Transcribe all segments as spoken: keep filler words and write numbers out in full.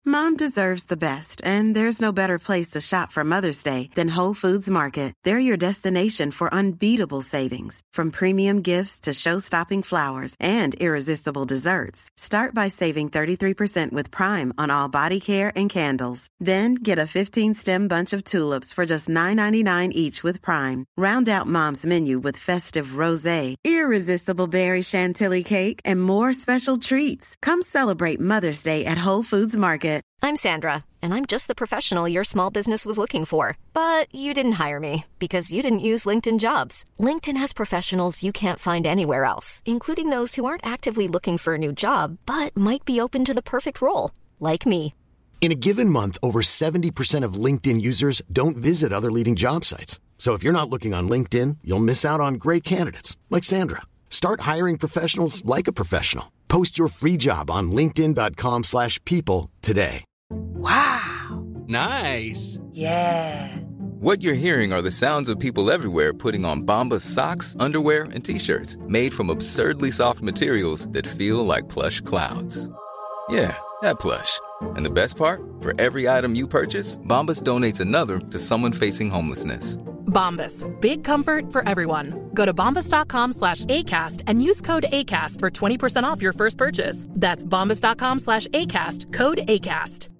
Mom deserves the best, and there's no better place to shop for Mother's Day than Whole Foods Market. They're your destination for unbeatable savings, from premium gifts to show-stopping flowers and irresistible desserts. Start by saving thirty-three percent with Prime on all body care and candles. Then get a fifteen-stem bunch of tulips for just nine ninety-nine each with Prime. Round out Mom's menu with festive rosé, irresistible berry chantilly cake, and more special treats. Come celebrate Mother's Day at Whole Foods Market. I'm Sandra, and I'm just the professional your small business was looking for. But you didn't hire me because you didn't use LinkedIn Jobs. LinkedIn has professionals you can't find anywhere else, including those who aren't actively looking for a new job, but might be open to the perfect role, like me. In a given month, over seventy percent of LinkedIn users don't visit other leading job sites. So if you're not looking on LinkedIn, you'll miss out on great candidates, like Sandra. Start hiring professionals like a professional. Post your free job on linkedin.com slash people today. Wow. Nice. Yeah. What you're hearing are the sounds of people everywhere putting on Bombas socks, underwear, and T-shirts made from absurdly soft materials that feel like plush clouds. Yeah, that plush. And the best part? For every item you purchase, Bombas donates another to someone facing homelessness. Bombas. Big comfort for everyone. Go to bombas.com slash ACAST and use code ACAST for twenty percent off your first purchase. That's bombas.com slash ACAST. Code ACAST.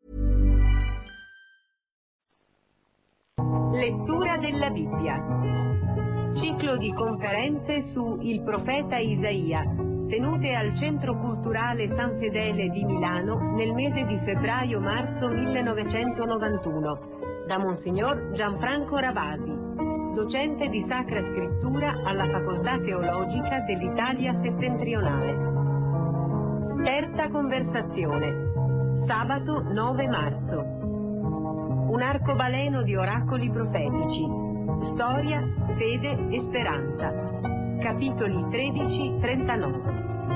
Lettura della Bibbia. Ciclo di conferenze su il profeta Isaia, tenute al Centro Culturale San Fedele di Milano nel mese di febbraio-marzo millenovecentonovantuno. Da Monsignor Gianfranco Ravasi, docente di Sacra Scrittura alla Facoltà Teologica dell'Italia Settentrionale. Terza conversazione, sabato nove marzo. Un arcobaleno di oracoli profetici, storia, fede e speranza. Capitoli tredici trentanove.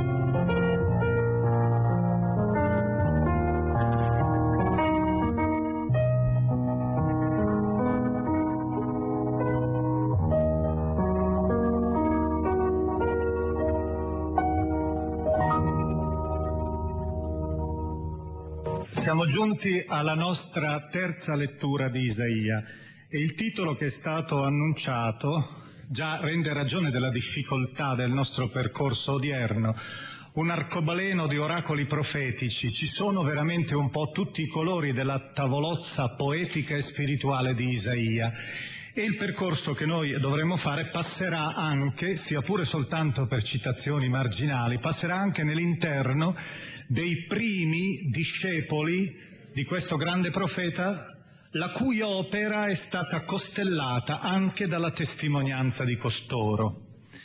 Siamo giunti alla nostra terza lettura di Isaia e il titolo che è stato annunciato già rende ragione della difficoltà del nostro percorso odierno. Un arcobaleno di oracoli profetici. Ci sono veramente un po' tutti i colori della tavolozza poetica e spirituale di Isaia. E il percorso che noi dovremo fare passerà anche, sia pure soltanto per citazioni marginali, passerà anche nell'interno dei primi discepoli di questo grande profeta, la cui opera è stata costellata anche dalla testimonianza di costoro.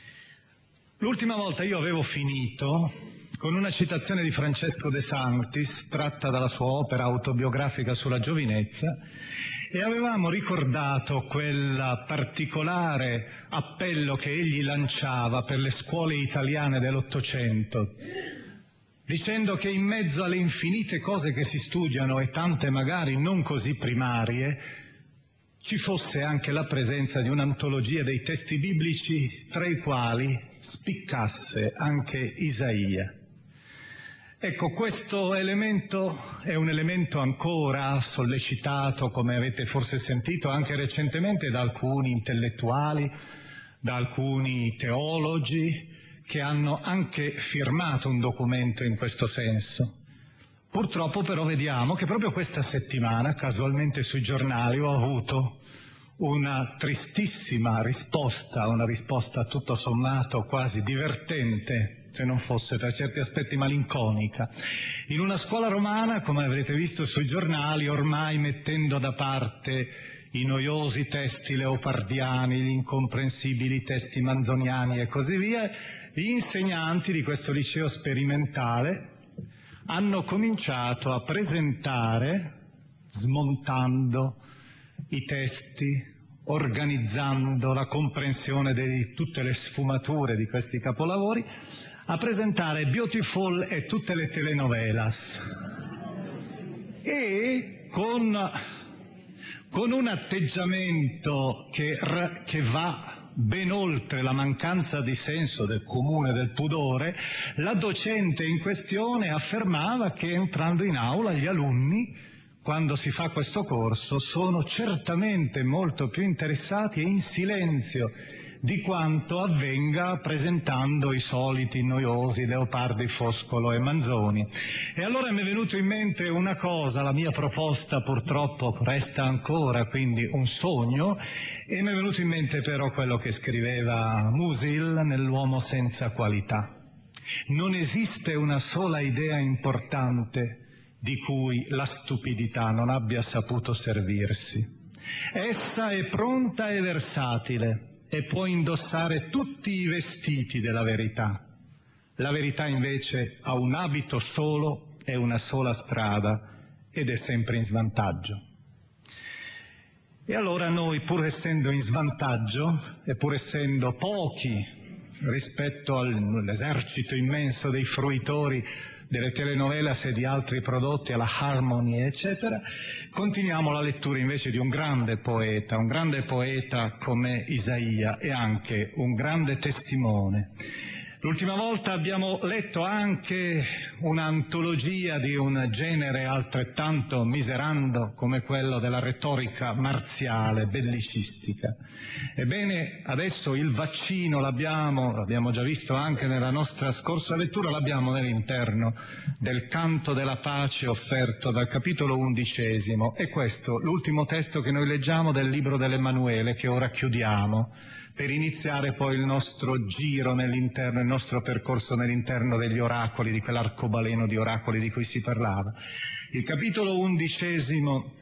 L'ultima volta io avevo finito con una citazione di Francesco De Sanctis, tratta dalla sua opera autobiografica sulla giovinezza, e avevamo ricordato quel particolare appello che egli lanciava per le scuole italiane dell'Ottocento, dicendo che in mezzo alle infinite cose che si studiano e tante magari non così primarie, ci fosse anche la presenza di un'antologia dei testi biblici tra i quali spiccasse anche Isaia. Ecco, questo elemento è un elemento ancora sollecitato, come avete forse sentito, anche recentemente da alcuni intellettuali, da alcuni teologi, che hanno anche firmato un documento in questo senso. Purtroppo però vediamo che proprio questa settimana, casualmente sui giornali, ho avuto una tristissima risposta, una risposta tutto sommato quasi divertente, se non fosse per certi aspetti malinconica. In una scuola romana, come avrete visto sui giornali, ormai mettendo da parte i noiosi testi leopardiani, gli incomprensibili testi manzoniani e così via, gli insegnanti di questo liceo sperimentale hanno cominciato a presentare, smontando i testi, organizzando la comprensione di tutte le sfumature di questi capolavori, a presentare Beautiful e tutte le telenovelas. E con, con un atteggiamento che, che va ben oltre la mancanza di senso del comune del pudore, la docente in questione affermava che entrando in aula gli alunni, quando si fa questo corso, sono certamente molto più interessati e in silenzio di quanto avvenga presentando i soliti noiosi Leopardi, Foscolo e Manzoni. E allora mi è venuto in mente una cosa, la mia proposta purtroppo resta ancora quindi un sogno, e mi è venuto in mente però quello che scriveva Musil nell'Uomo senza qualità. Non esiste una sola idea importante di cui la stupidità non abbia saputo servirsi. Essa è pronta e versatile e può indossare tutti i vestiti della verità. La verità invece ha un abito solo e una sola strada ed è sempre in svantaggio. E allora noi, pur essendo in svantaggio e pur essendo pochi rispetto all'esercito immenso dei fruitori delle telenovelas e di altri prodotti alla Harmony eccetera, continuiamo la lettura invece di un grande poeta, un grande poeta come Isaia e anche un grande testimone. L'ultima volta abbiamo letto anche un'antologia di un genere altrettanto miserando come quello della retorica marziale, bellicistica. Ebbene, adesso il vaccino l'abbiamo, l'abbiamo già visto anche nella nostra scorsa lettura, l'abbiamo nell'interno del canto della pace offerto dal capitolo undicesimo. E questo l'ultimo testo che noi leggiamo del libro dell'Emanuele, che ora chiudiamo, per iniziare poi il nostro giro nell'interno, il nostro percorso nell'interno degli oracoli, di quell'arcobaleno di oracoli di cui si parlava. Il capitolo undicesimo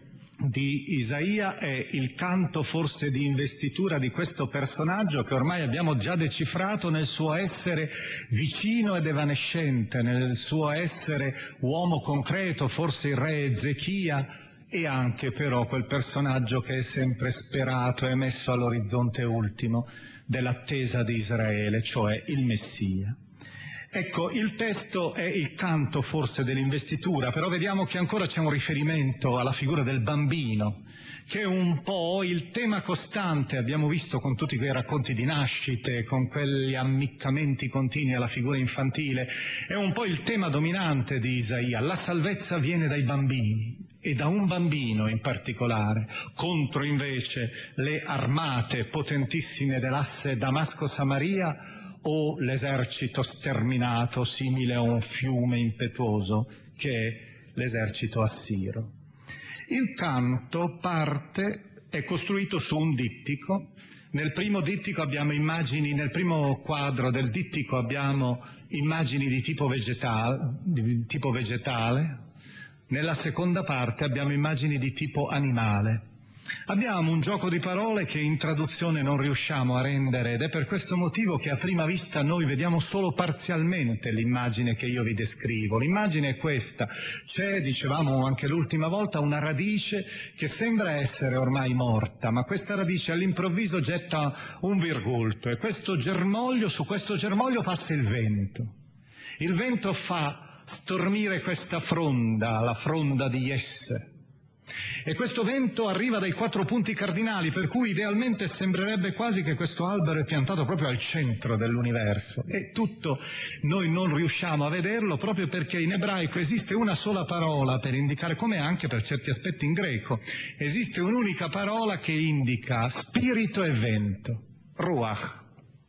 di Isaia è il canto forse di investitura di questo personaggio che ormai abbiamo già decifrato nel suo essere vicino ed evanescente, nel suo essere uomo concreto, forse il re Ezechia, e anche però quel personaggio che è sempre sperato e messo all'orizzonte ultimo dell'attesa di Israele, cioè il Messia. Ecco, il testo è il canto forse dell'investitura, però vediamo che ancora c'è un riferimento alla figura del bambino, che è un po' il tema costante, abbiamo visto con tutti quei racconti di nascite, con quegli ammiccamenti continui alla figura infantile, è un po' il tema dominante di Isaia. La salvezza viene dai bambini, e da un bambino in particolare, contro invece le armate potentissime dell'asse Damasco-Samaria o l'esercito sterminato simile a un fiume impetuoso che è l'esercito assiro. Il canto parte, è costruito su un dittico. Nel primo dittico abbiamo immagini, nel primo quadro del dittico abbiamo immagini di tipo vegetale, di tipo vegetale. Nella seconda parte abbiamo immagini di tipo animale. Abbiamo un gioco di parole che in traduzione non riusciamo a rendere ed è per questo motivo che a prima vista noi vediamo solo parzialmente l'immagine che io vi descrivo. L'immagine è questa: c'è, dicevamo anche l'ultima volta, una radice che sembra essere ormai morta, ma questa radice all'improvviso getta un virgulto e questo germoglio, su questo germoglio passa il vento. Il vento fa stormire questa fronda, la fronda di Jesse. E questo vento arriva dai quattro punti cardinali, per cui idealmente sembrerebbe quasi che questo albero è piantato proprio al centro dell'universo. E tutto noi non riusciamo a vederlo proprio perché in ebraico esiste una sola parola per indicare, come anche per certi aspetti in greco, esiste un'unica parola che indica spirito e vento, ruach,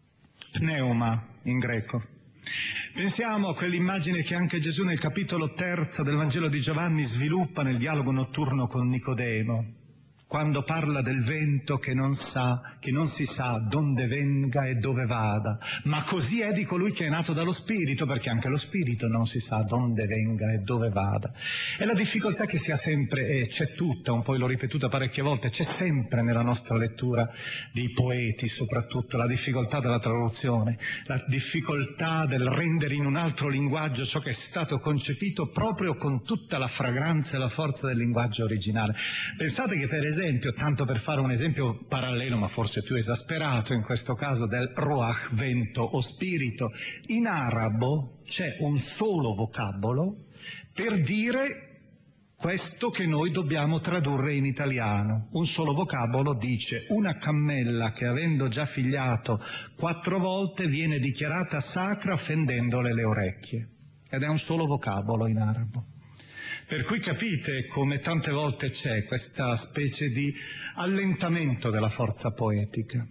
pneuma in greco. Pensiamo a quell'immagine che anche Gesù nel capitolo terzo del Vangelo di Giovanni sviluppa nel dialogo notturno con Nicodemo, quando parla del vento che non sa, che non si sa donde venga e dove vada, ma così è di colui che è nato dallo Spirito, perché anche lo Spirito non si sa donde venga e dove vada. E la difficoltà che si ha sempre, e c'è tutta, un po' l'ho ripetuta parecchie volte, c'è sempre nella nostra lettura dei poeti, soprattutto la difficoltà della traduzione, la difficoltà del rendere in un altro linguaggio ciò che è stato concepito proprio con tutta la fragranza e la forza del linguaggio originale. Pensate che per esempio esempio, tanto per fare un esempio parallelo ma forse più esasperato in questo caso del ruach, vento o spirito, in arabo c'è un solo vocabolo per dire questo che noi dobbiamo tradurre in italiano. Un solo vocabolo dice: una cammella che avendo già figliato quattro volte viene dichiarata sacra fendendole le orecchie. Ed è un solo vocabolo in arabo. Per cui capite come tante volte c'è questa specie di allentamento della forza poetica.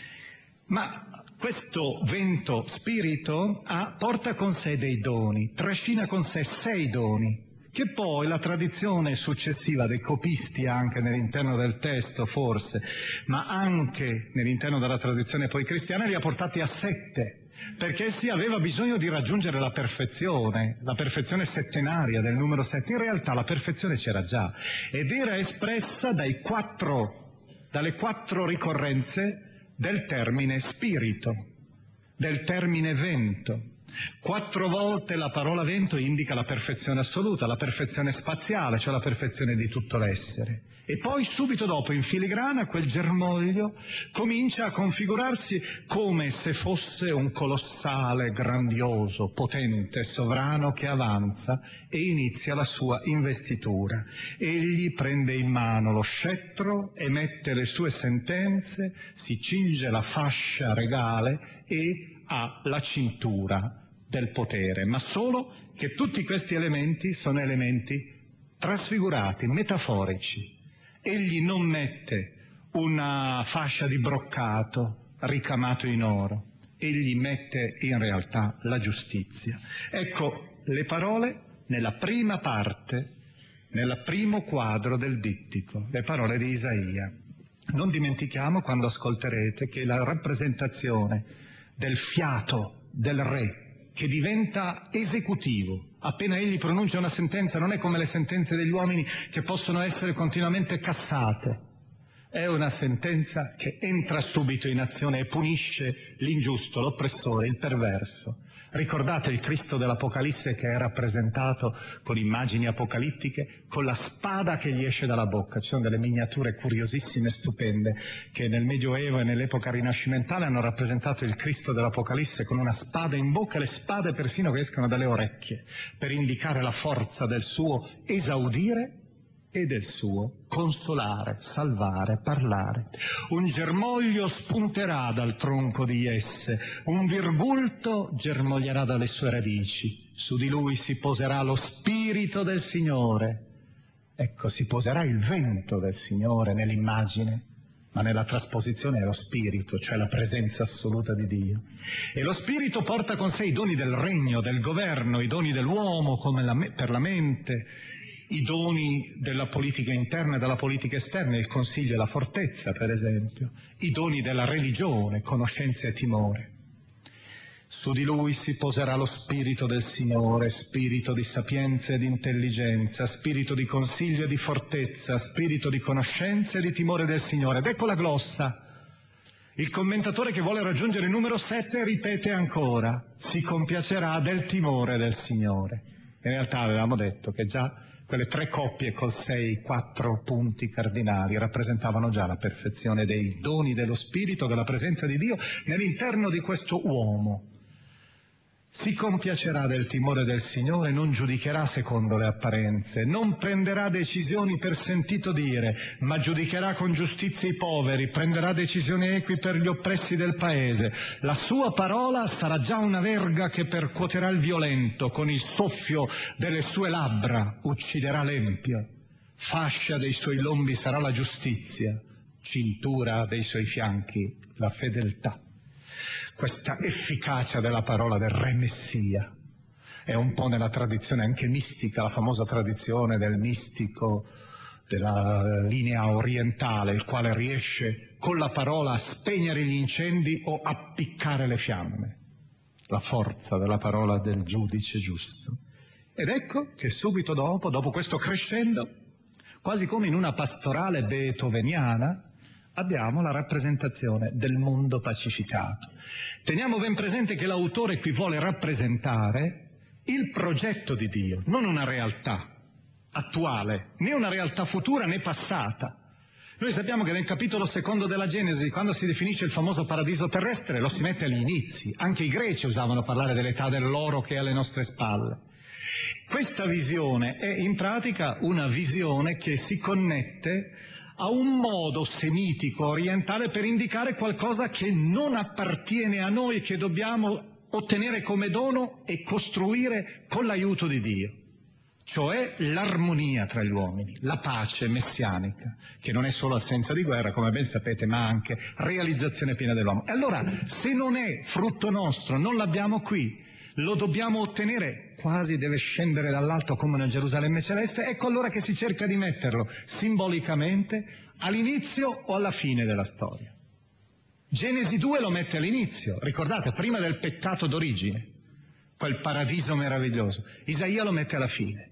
Ma questo vento spirito ha, porta con sé dei doni, trascina con sé sei doni, che poi la tradizione successiva dei copisti, anche nell'interno del testo forse, ma anche nell'interno della tradizione poi cristiana, li ha portati a sette, perché si aveva bisogno di raggiungere la perfezione, la perfezione settenaria del numero sette. In realtà la perfezione c'era già ed era espressa dai quattro, dalle quattro ricorrenze del termine spirito, del termine vento. Quattro volte la parola vento indica la perfezione assoluta, la perfezione spaziale, cioè la perfezione di tutto l'essere. E poi subito dopo, in filigrana, quel germoglio comincia a configurarsi come se fosse un colossale, grandioso, potente, sovrano che avanza e inizia la sua investitura. Egli prende in mano lo scettro, emette le sue sentenze, si cinge la fascia regale e ha la cintura del potere, ma solo che tutti questi elementi sono elementi trasfigurati, metaforici. Egli non mette una fascia di broccato ricamato in oro, egli mette in realtà la giustizia. Ecco le parole nella prima parte, nel primo quadro del dittico, le parole di Isaia. Non dimentichiamo, quando ascolterete, che la rappresentazione del fiato del re che diventa esecutivo appena egli pronuncia una sentenza non è come le sentenze degli uomini che possono essere continuamente cassate, è una sentenza che entra subito in azione e punisce l'ingiusto, l'oppressore, il perverso. Ricordate il Cristo dell'Apocalisse che è rappresentato con immagini apocalittiche, con la spada che gli esce dalla bocca. Ci sono delle miniature curiosissime e stupende che nel Medioevo e nell'epoca rinascimentale hanno rappresentato il Cristo dell'Apocalisse con una spada in bocca, le spade persino che escono dalle orecchie, per indicare la forza del suo esaudire e del suo consolare, salvare, parlare. Un germoglio spunterà dal tronco di Jesse, un virgulto germoglierà dalle sue radici, su di lui si poserà lo spirito del Signore. Ecco, si poserà il vento del Signore nell'immagine, ma nella trasposizione è lo spirito, cioè la presenza assoluta di Dio. E lo spirito porta con sé i doni del regno, del governo, i doni dell'uomo come la me- per la mente, i doni della politica interna e della politica esterna, il consiglio e la fortezza, per esempio, i doni della religione, conoscenza e timore. Su di lui si poserà lo spirito del Signore, spirito di sapienza e di intelligenza, spirito di consiglio e di fortezza, spirito di conoscenza e di timore del Signore. Ed ecco la glossa. Il commentatore che vuole raggiungere il numero sette ripete ancora: si compiacerà del timore del Signore. In realtà avevamo detto che già quelle tre coppie con sei, quattro punti cardinali rappresentavano già la perfezione dei doni dello Spirito, della presenza di Dio nell'interno di questo uomo. Si compiacerà del timore del Signore, non giudicherà secondo le apparenze, non prenderà decisioni per sentito dire, ma giudicherà con giustizia i poveri, prenderà decisioni equi per gli oppressi del paese. La sua parola sarà già una verga che percuoterà il violento, con il soffio delle sue labbra ucciderà l'empio. Fascia dei suoi lombi sarà la giustizia, cintura dei suoi fianchi la fedeltà. Questa efficacia della parola del Re Messia è un po' nella tradizione anche mistica, la famosa tradizione del mistico della linea orientale, il quale riesce con la parola a spegnere gli incendi o a piccare le fiamme. La forza della parola del giudice giusto. Ed ecco che subito dopo, dopo questo crescendo, quasi come in una pastorale beethoveniana, abbiamo la rappresentazione del mondo pacificato. Teniamo ben presente che l'autore qui vuole rappresentare il progetto di Dio, non una realtà attuale, né una realtà futura né passata. Noi sappiamo che nel capitolo secondo della Genesi, quando si definisce il famoso paradiso terrestre, lo si mette agli inizi. Anche i greci usavano parlare dell'età dell'oro che è alle nostre spalle. Questa visione è in pratica una visione che si connette a un modo semitico orientale per indicare qualcosa che non appartiene a noi, che dobbiamo ottenere come dono e costruire con l'aiuto di Dio, cioè l'armonia tra gli uomini, la pace messianica, che non è solo assenza di guerra, come ben sapete, ma anche realizzazione piena dell'uomo. E allora, se non è frutto nostro, non l'abbiamo qui, lo dobbiamo ottenere, quasi deve scendere dall'alto come una Gerusalemme celeste, ecco allora che si cerca di metterlo simbolicamente all'inizio o alla fine della storia. Genesi due lo mette all'inizio, ricordate, prima del peccato d'origine, quel paradiso meraviglioso. Isaia lo mette alla fine,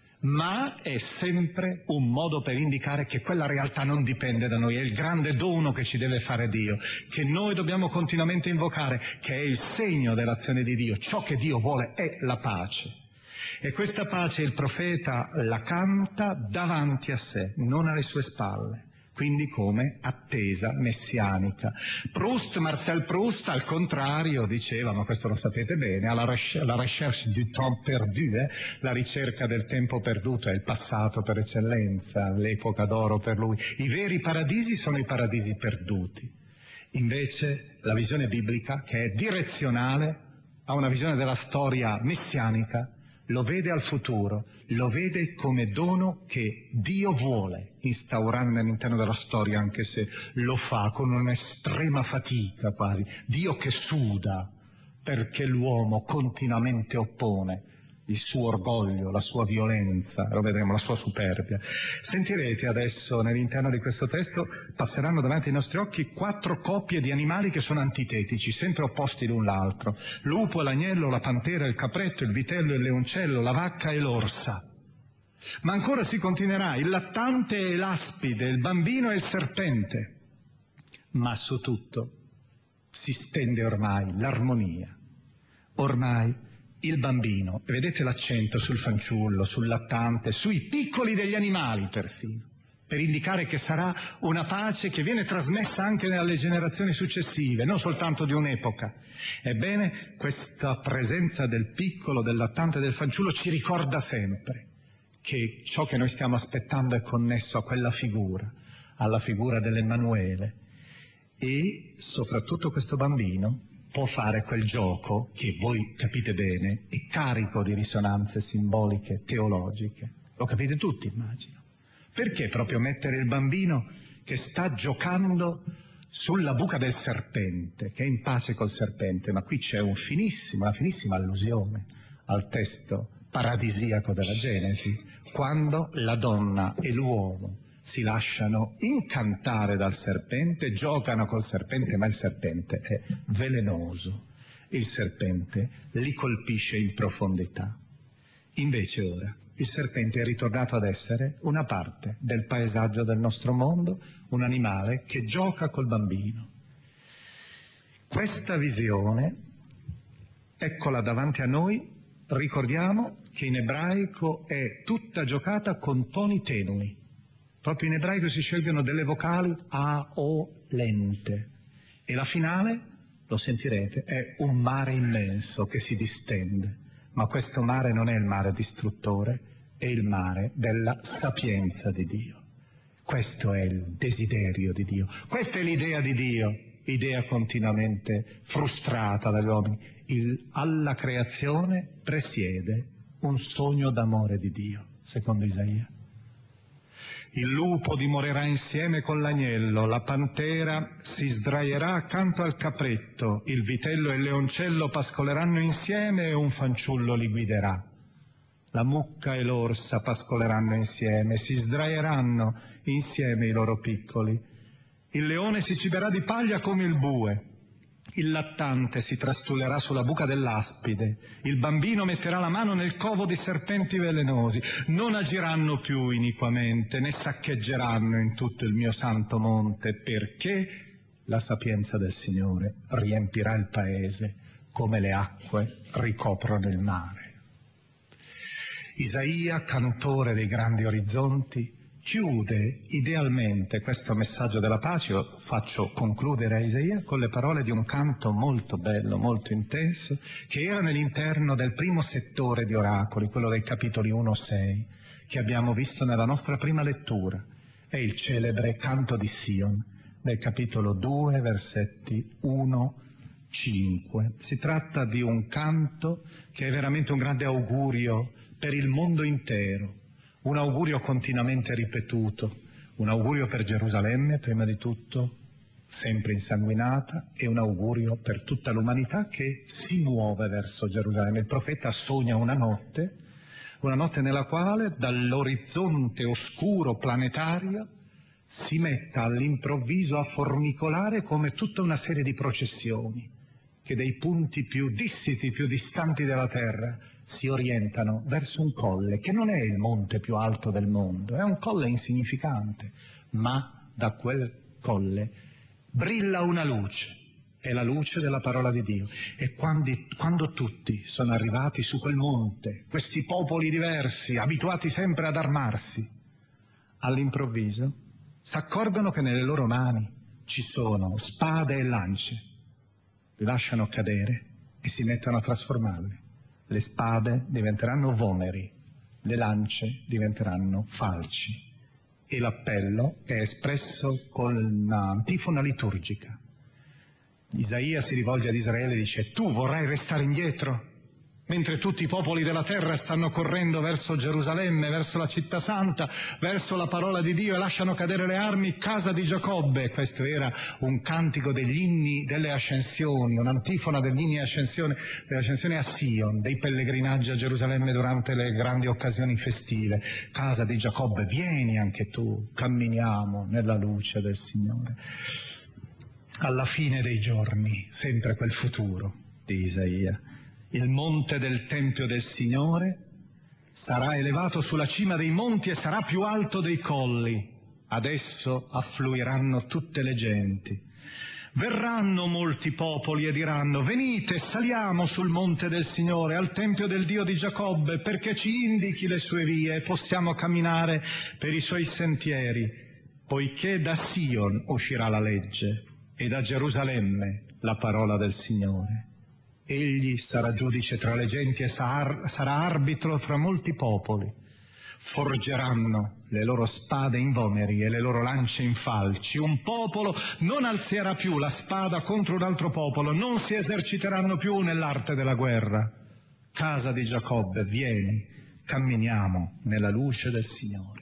ma è sempre un modo per indicare che quella realtà non dipende da noi, è il grande dono che ci deve fare Dio, che noi dobbiamo continuamente invocare, che è il segno dell'azione di Dio. Ciò che Dio vuole è la pace, e questa pace il profeta la canta davanti a sé, non alle sue spalle, quindi come attesa messianica. Proust, Marcel Proust, al contrario, diceva, ma questo lo sapete bene, alla recherche du temps perdu, eh? La ricerca del tempo perduto è il passato per eccellenza, l'epoca d'oro per lui. I veri paradisi sono i paradisi perduti. Invece la visione biblica, che è direzionale a una visione della storia messianica, lo vede al futuro, lo vede come dono che Dio vuole instaurare all'interno della storia, anche se lo fa con un'estrema fatica quasi. Dio che suda perché l'uomo continuamente oppone il suo orgoglio, la sua violenza, lo vedremo, la sua superbia. Sentirete adesso nell'interno di questo testo, passeranno davanti ai nostri occhi quattro coppie di animali che sono antitetici, sempre opposti l'un l'altro: l'upo, l'agnello, la pantera, il capretto, il vitello, il leoncello, la vacca e l'orsa. Ma ancora si continuerà: il lattante e l'aspide, il bambino e il serpente. Ma su tutto si stende ormai l'armonia. Ormai il bambino, e vedete l'accento sul fanciullo, sul lattante, sui piccoli degli animali persino, per indicare che sarà una pace che viene trasmessa anche alle generazioni successive, non soltanto di un'epoca. Ebbene, questa presenza del piccolo, del lattante e del fanciullo ci ricorda sempre che ciò che noi stiamo aspettando è connesso a quella figura, alla figura dell'Emmanuele, e soprattutto questo bambino può fare quel gioco che voi capite bene, è carico di risonanze simboliche, teologiche. Lo capite tutti, immagino. Perché proprio mettere il bambino che sta giocando sulla buca del serpente, che è in pace col serpente? Ma qui c'è un finissimo, una finissima allusione al testo paradisiaco della Genesi, quando la donna e l'uomo si lasciano incantare dal serpente, giocano col serpente, ma il serpente è velenoso, il serpente li colpisce in profondità. Invece ora il serpente è ritornato ad essere una parte del paesaggio del nostro mondo, un animale che gioca col bambino. Questa visione, eccola davanti a noi, ricordiamo che in ebraico è tutta giocata con toni tenui. Proprio in ebraico si scelgono delle vocali a, o, lente. E la finale, lo sentirete, è un mare immenso che si distende. Ma questo mare non è il mare distruttore, è il mare della sapienza di Dio. Questo è il desiderio di Dio. Questa è l'idea di Dio, idea continuamente frustrata dagli uomini. Il, alla creazione presiede un sogno d'amore di Dio, secondo Isaia. Il lupo dimorerà insieme con l'agnello, la pantera si sdraierà accanto al capretto, il vitello e il leoncello pascoleranno insieme e un fanciullo li guiderà. La mucca e l'orsa pascoleranno insieme, si sdraieranno insieme i loro piccoli. Il leone si ciberà di paglia come il bue. Il lattante si trastullerà sulla buca dell'aspide, il bambino metterà la mano nel covo di serpenti velenosi. Non agiranno più iniquamente, né saccheggeranno in tutto il mio santo monte, perché la sapienza del Signore riempirà il paese come le acque ricoprono il mare. Isaia, cantore dei grandi orizzonti, chiude idealmente questo messaggio della pace, lo faccio concludere a Isaia, con le parole di un canto molto bello, molto intenso, che era nell'interno del primo settore di oracoli, quello dei capitoli uno sei, che abbiamo visto nella nostra prima lettura. È il celebre canto di Sion, del capitolo due, versetti uno cinque. Si tratta di un canto che è veramente un grande augurio per il mondo intero, un augurio continuamente ripetuto, un augurio per Gerusalemme, prima di tutto, sempre insanguinata, e un augurio per tutta l'umanità che si muove verso Gerusalemme. Il profeta sogna una notte, una notte nella quale dall'orizzonte oscuro planetario si metta all'improvviso a formicolare come tutta una serie di processioni che dai punti più dissiti, più distanti della Terra si orientano verso un colle che non è il monte più alto del mondo, è un colle insignificante, ma da quel colle brilla una luce, è la luce della parola di Dio. E quando, quando tutti sono arrivati su quel monte, questi popoli diversi, abituati sempre ad armarsi, all'improvviso si accorgono che nelle loro mani ci sono spade e lance, li lasciano cadere e si mettono a trasformarle. Le spade diventeranno vomeri, le lance diventeranno falci e l'appello è espresso con un'antifona liturgica. Isaia si rivolge ad Israele e dice: tu vorrai restare indietro? Mentre tutti i popoli della terra stanno correndo verso Gerusalemme, verso la città santa, verso la parola di Dio e lasciano cadere le armi, casa di Giacobbe. Questo era un cantico degli inni delle ascensioni, un'antifona degli inni ascensione, delle ascensioni a Sion, dei pellegrinaggi a Gerusalemme durante le grandi occasioni festive. Casa di Giacobbe, vieni anche tu, camminiamo nella luce del Signore. Alla fine dei giorni, sempre quel futuro di Isaia. Il monte del Tempio del Signore sarà elevato sulla cima dei monti e sarà più alto dei colli. Adesso affluiranno tutte le genti. Verranno molti popoli e diranno: venite, saliamo sul monte del Signore, al Tempio del Dio di Giacobbe, perché ci indichi le sue vie e possiamo camminare per i suoi sentieri, poiché da Sion uscirà la legge e da Gerusalemme la parola del Signore. Egli sarà giudice tra le genti e sarà arbitro fra molti popoli. Forgeranno le loro spade in vomeri e le loro lance in falci. Un popolo non alzerà più la spada contro un altro popolo, non si eserciteranno più nell'arte della guerra. Casa di Giacobbe, vieni, camminiamo nella luce del Signore.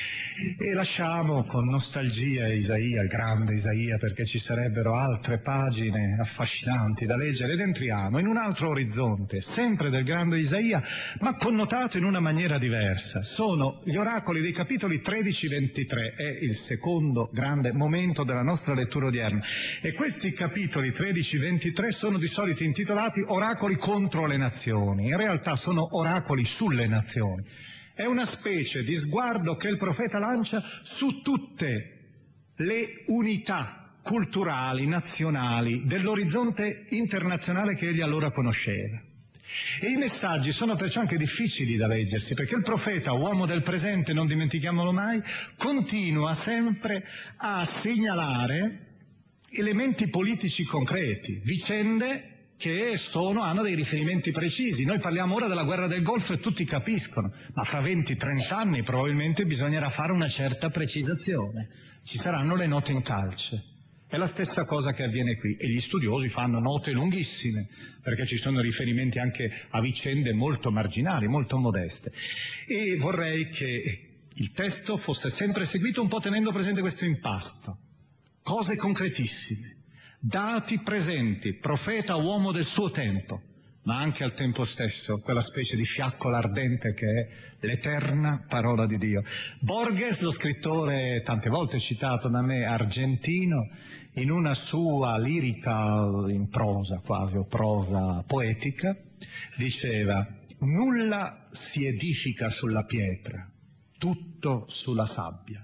E lasciamo con nostalgia Isaia, il grande Isaia, perché ci sarebbero altre pagine affascinanti da leggere, ed entriamo in un altro orizzonte, sempre del grande Isaia, ma connotato in una maniera diversa. Sono gli oracoli dei capitoli tredici ventitré, è il secondo grande momento della nostra lettura odierna. E questi capitoli tredici ventitré sono di solito intitolati oracoli contro le nazioni, in realtà sono oracoli sulle nazioni. È una specie di sguardo che il profeta lancia su tutte le unità culturali, nazionali, dell'orizzonte internazionale che egli allora conosceva. E i messaggi sono perciò anche difficili da leggersi, perché il profeta, uomo del presente, non dimentichiamolo mai, continua sempre a segnalare elementi politici concreti, vicende che sono, hanno dei riferimenti precisi. Noi parliamo ora della guerra del Golfo e tutti capiscono, ma fra venti trenta anni probabilmente bisognerà fare una certa precisazione. Ci saranno le note in calce. È la stessa cosa che avviene qui, e gli studiosi fanno note lunghissime, perché ci sono riferimenti anche a vicende molto marginali, molto modeste. E vorrei che il testo fosse sempre seguito un po' tenendo presente questo impasto. Cose concretissime. Dati presenti, profeta uomo del suo tempo, ma anche al tempo stesso quella specie di fiaccola ardente che è l'eterna parola di Dio. Borges, lo scrittore tante volte citato da me, argentino, in una sua lirica in prosa quasi, o prosa poetica, diceva: nulla si edifica sulla pietra, tutto sulla sabbia.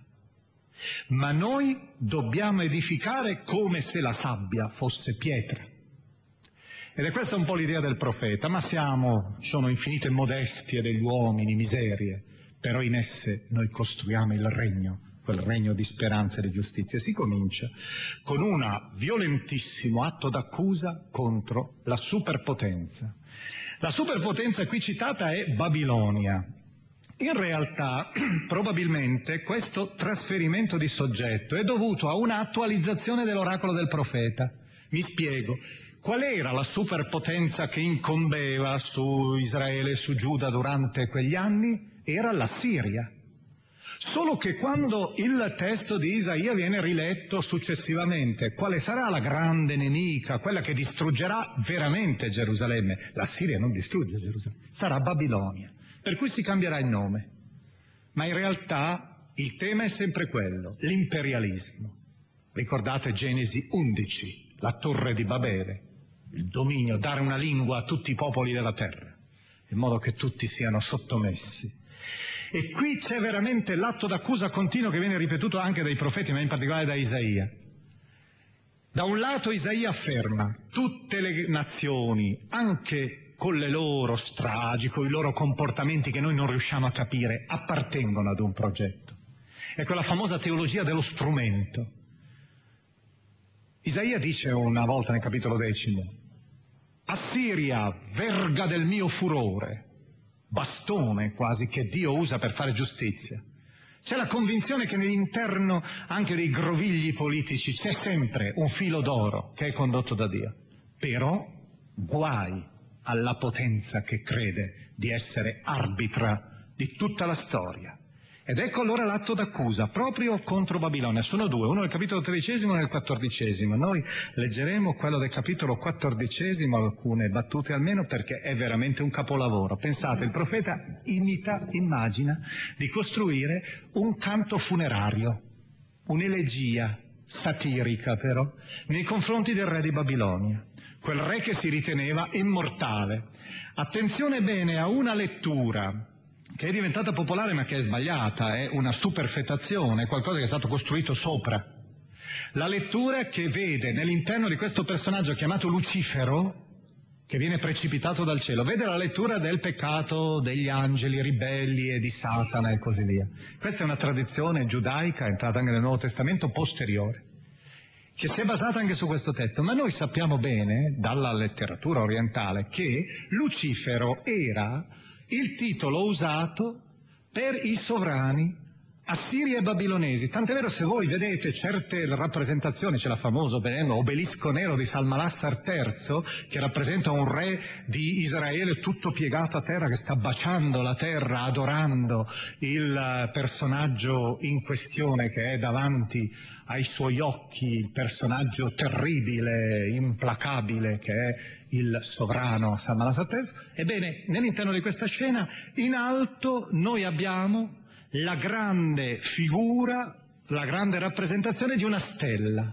Ma noi dobbiamo edificare come se la sabbia fosse pietra. Ed è questa un po' l'idea del profeta, ma siamo, sono infinite modestie degli uomini, miserie, però in esse noi costruiamo il regno, quel regno di speranza e di giustizia. Si comincia con un violentissimo atto d'accusa contro la superpotenza. La superpotenza qui citata è Babilonia. In realtà, probabilmente, questo trasferimento di soggetto è dovuto a un'attualizzazione dell'oracolo del profeta. Mi spiego. Qual era la superpotenza che incombeva su Israele e su Giuda durante quegli anni? Era la Siria. Solo che quando il testo di Isaia viene riletto successivamente, quale sarà la grande nemica, quella che distruggerà veramente Gerusalemme? La Siria non distrugge Gerusalemme, sarà Babilonia, per cui si cambierà il nome. Ma in realtà il tema è sempre quello, l'imperialismo. Ricordate Genesi undici, la torre di Babele, il dominio, dare una lingua a tutti i popoli della terra, in modo che tutti siano sottomessi. E qui c'è veramente l'atto d'accusa continuo che viene ripetuto anche dai profeti, ma in particolare da Isaia. Da un lato Isaia afferma tutte le nazioni, anche con le loro stragi, con i loro comportamenti che noi non riusciamo a capire, appartengono ad un progetto. È quella famosa teologia dello strumento. Isaia dice una volta nel capitolo decimo: Assiria, verga del mio furore, bastone quasi che Dio usa per fare giustizia. C'è la convinzione che nell'interno anche dei grovigli politici c'è sempre un filo d'oro che è condotto da Dio. Però guai alla potenza che crede di essere arbitra di tutta la storia. Ed ecco allora l'atto d'accusa, proprio contro Babilonia. Sono due, uno nel capitolo tredicesimo e uno nel quattordicesimo. Noi leggeremo quello del capitolo quattordicesimo, alcune battute almeno, perché è veramente un capolavoro. Pensate, il profeta imita, immagina di costruire un canto funerario, un'elegia satirica però, nei confronti del re di Babilonia, quel re che si riteneva immortale. Attenzione bene a una lettura che è diventata popolare ma che è sbagliata, è una superfetazione, qualcosa che è stato costruito sopra. La lettura che vede nell'interno di questo personaggio chiamato Lucifero, che viene precipitato dal cielo, vede la lettura del peccato degli angeli ribelli e di Satana e così via. Questa è una tradizione giudaica, entrata anche nel Nuovo Testamento, posteriore, che si è basata anche su questo testo. Ma noi sappiamo bene, dalla letteratura orientale, che Lucifero era il titolo usato per i sovrani assiri e babilonesi. Tant'è vero, se voi vedete certe rappresentazioni, c'è la famosa obelisco nero di Salmanassar terzo, che rappresenta un re di Israele tutto piegato a terra, che sta baciando la terra, adorando il personaggio in questione che è davanti ai suoi occhi, il personaggio terribile, implacabile che è il sovrano Salmanassar terzo. Ebbene, nell'interno di questa scena, in alto noi abbiamo la grande figura, la grande rappresentazione di una stella.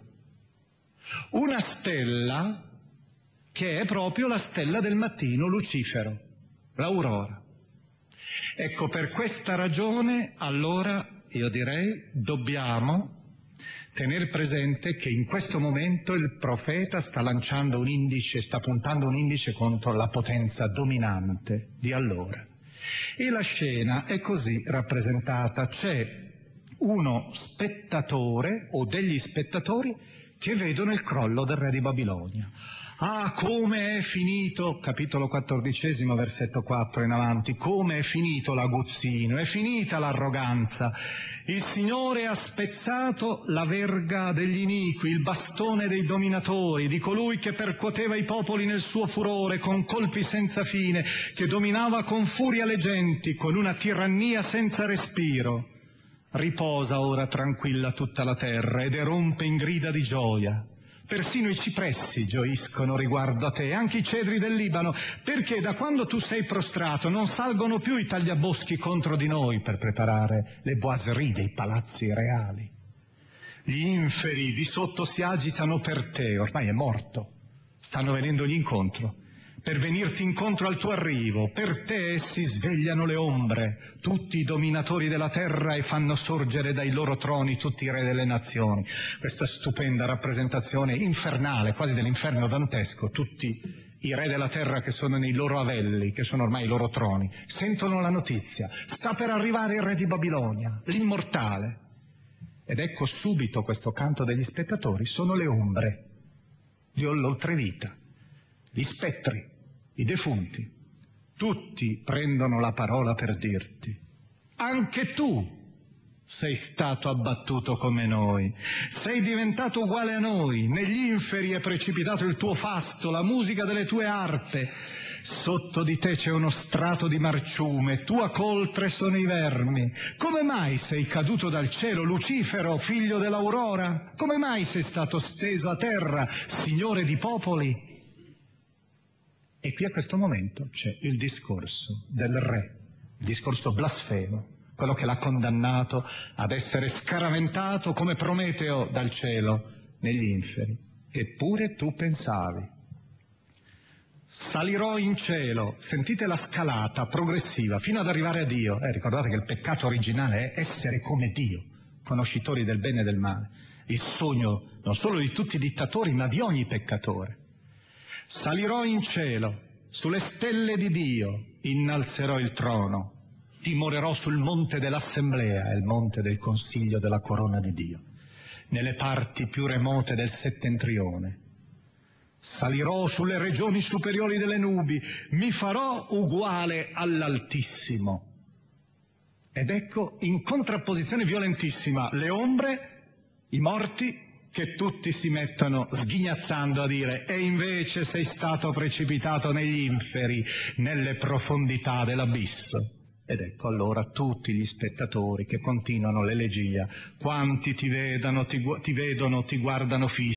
Una stella che è proprio la stella del mattino, Lucifero, l'aurora. Ecco, per questa ragione, allora, io direi, dobbiamo tenere presente che in questo momento il profeta sta lanciando un indice, sta puntando un indice contro la potenza dominante di allora. E la scena è così rappresentata: c'è uno spettatore o degli spettatori che vedono il crollo del re di Babilonia. Ah, come è finito, capitolo quattordicesimo, versetto quattro in avanti, come è finito l'aguzzino, è finita l'arroganza. Il Signore ha spezzato la verga degli iniqui, il bastone dei dominatori, di colui che percuoteva i popoli nel suo furore con colpi senza fine, che dominava con furia le genti, con una tirannia senza respiro. Riposa ora tranquilla tutta la terra ed erompe in grida di gioia. Persino i cipressi gioiscono riguardo a te, anche i cedri del Libano, perché da quando tu sei prostrato non salgono più i tagliaboschi contro di noi per preparare le boiserie dei palazzi reali. Gli inferi di sotto si agitano per te, ormai è morto, stanno venendogli incontro, per venirti incontro al tuo arrivo. Per te si svegliano le ombre, tutti i dominatori della terra, e fanno sorgere dai loro troni tutti i re delle nazioni. Questa stupenda rappresentazione infernale, quasi dell'inferno dantesco, tutti I re della terra che sono nei loro avelli, che sono ormai i loro troni, sentono la notizia. Sta per arrivare il re di Babilonia, l'immortale. Ed ecco subito questo canto degli spettatori, sono le ombre, gli oltrevita, gli spettri, i defunti. Tutti prendono la parola per dirti, anche tu sei stato abbattuto come noi, sei diventato uguale a noi, negli inferi è precipitato il tuo fasto, la musica delle tue arpe, sotto di te c'è uno strato di marciume, tua coltre sono i vermi. Come mai sei caduto dal cielo, Lucifero, figlio dell'aurora? Come mai sei stato steso a terra, signore di popoli? E qui a questo momento c'è il discorso del re, il discorso blasfemo, quello che l'ha condannato ad essere scaraventato come Prometeo dal cielo negli inferi. Eppure tu pensavi, salirò in cielo, sentite la scalata progressiva fino ad arrivare a Dio. Eh, ricordate che il peccato originale è essere come Dio, conoscitori del bene e del male, il sogno non solo di tutti i dittatori ma di ogni peccatore. Salirò in cielo, sulle stelle di Dio innalzerò il trono, dimorerò sul monte dell'assemblea, il monte del consiglio della corona di Dio, nelle parti più remote del settentrione. Salirò sulle regioni superiori delle nubi, mi farò uguale all'Altissimo. Ed ecco, in contrapposizione violentissima, le ombre, i morti, che tutti si mettono sghignazzando a dire e invece sei stato precipitato negli inferi, nelle profondità dell'abisso. Ed ecco allora tutti gli spettatori che continuano l'elegia, quanti ti vedono, ti, gu- ti vedono, ti guardano fisso.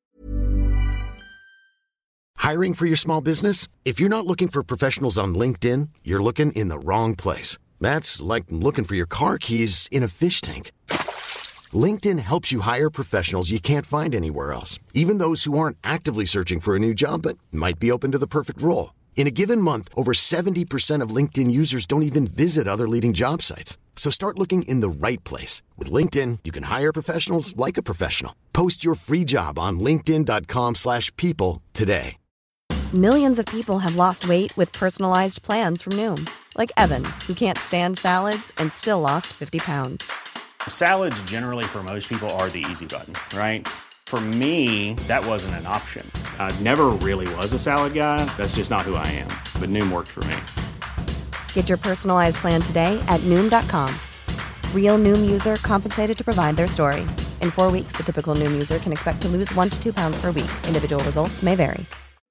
Hiring for your small business? If you're not looking for professionals on LinkedIn, you're looking in the wrong place. That's like looking for your car keys in a fish tank. LinkedIn helps you hire professionals you can't find anywhere else, even those who aren't actively searching for a new job but might be open to the perfect role. In a given month, over seventy percent of LinkedIn users don't even visit other leading job sites. So start looking in the right place. With LinkedIn, you can hire professionals like a professional. Post your free job on linkedin dot com slash people today. Millions of people have lost weight with personalized plans from Noom. Like Evan, who can't stand salads and still lost fifty pounds. Salads generally for most people are the easy button, right? For me, that wasn't an option. I never really was a salad guy. That's just not who I am. But Noom worked for me. Get your personalized plan today at Noom dot com. Real Noom user compensated to provide their story. In four weeks, the typical Noom user can expect to lose one to two pounds per week. Individual results may vary.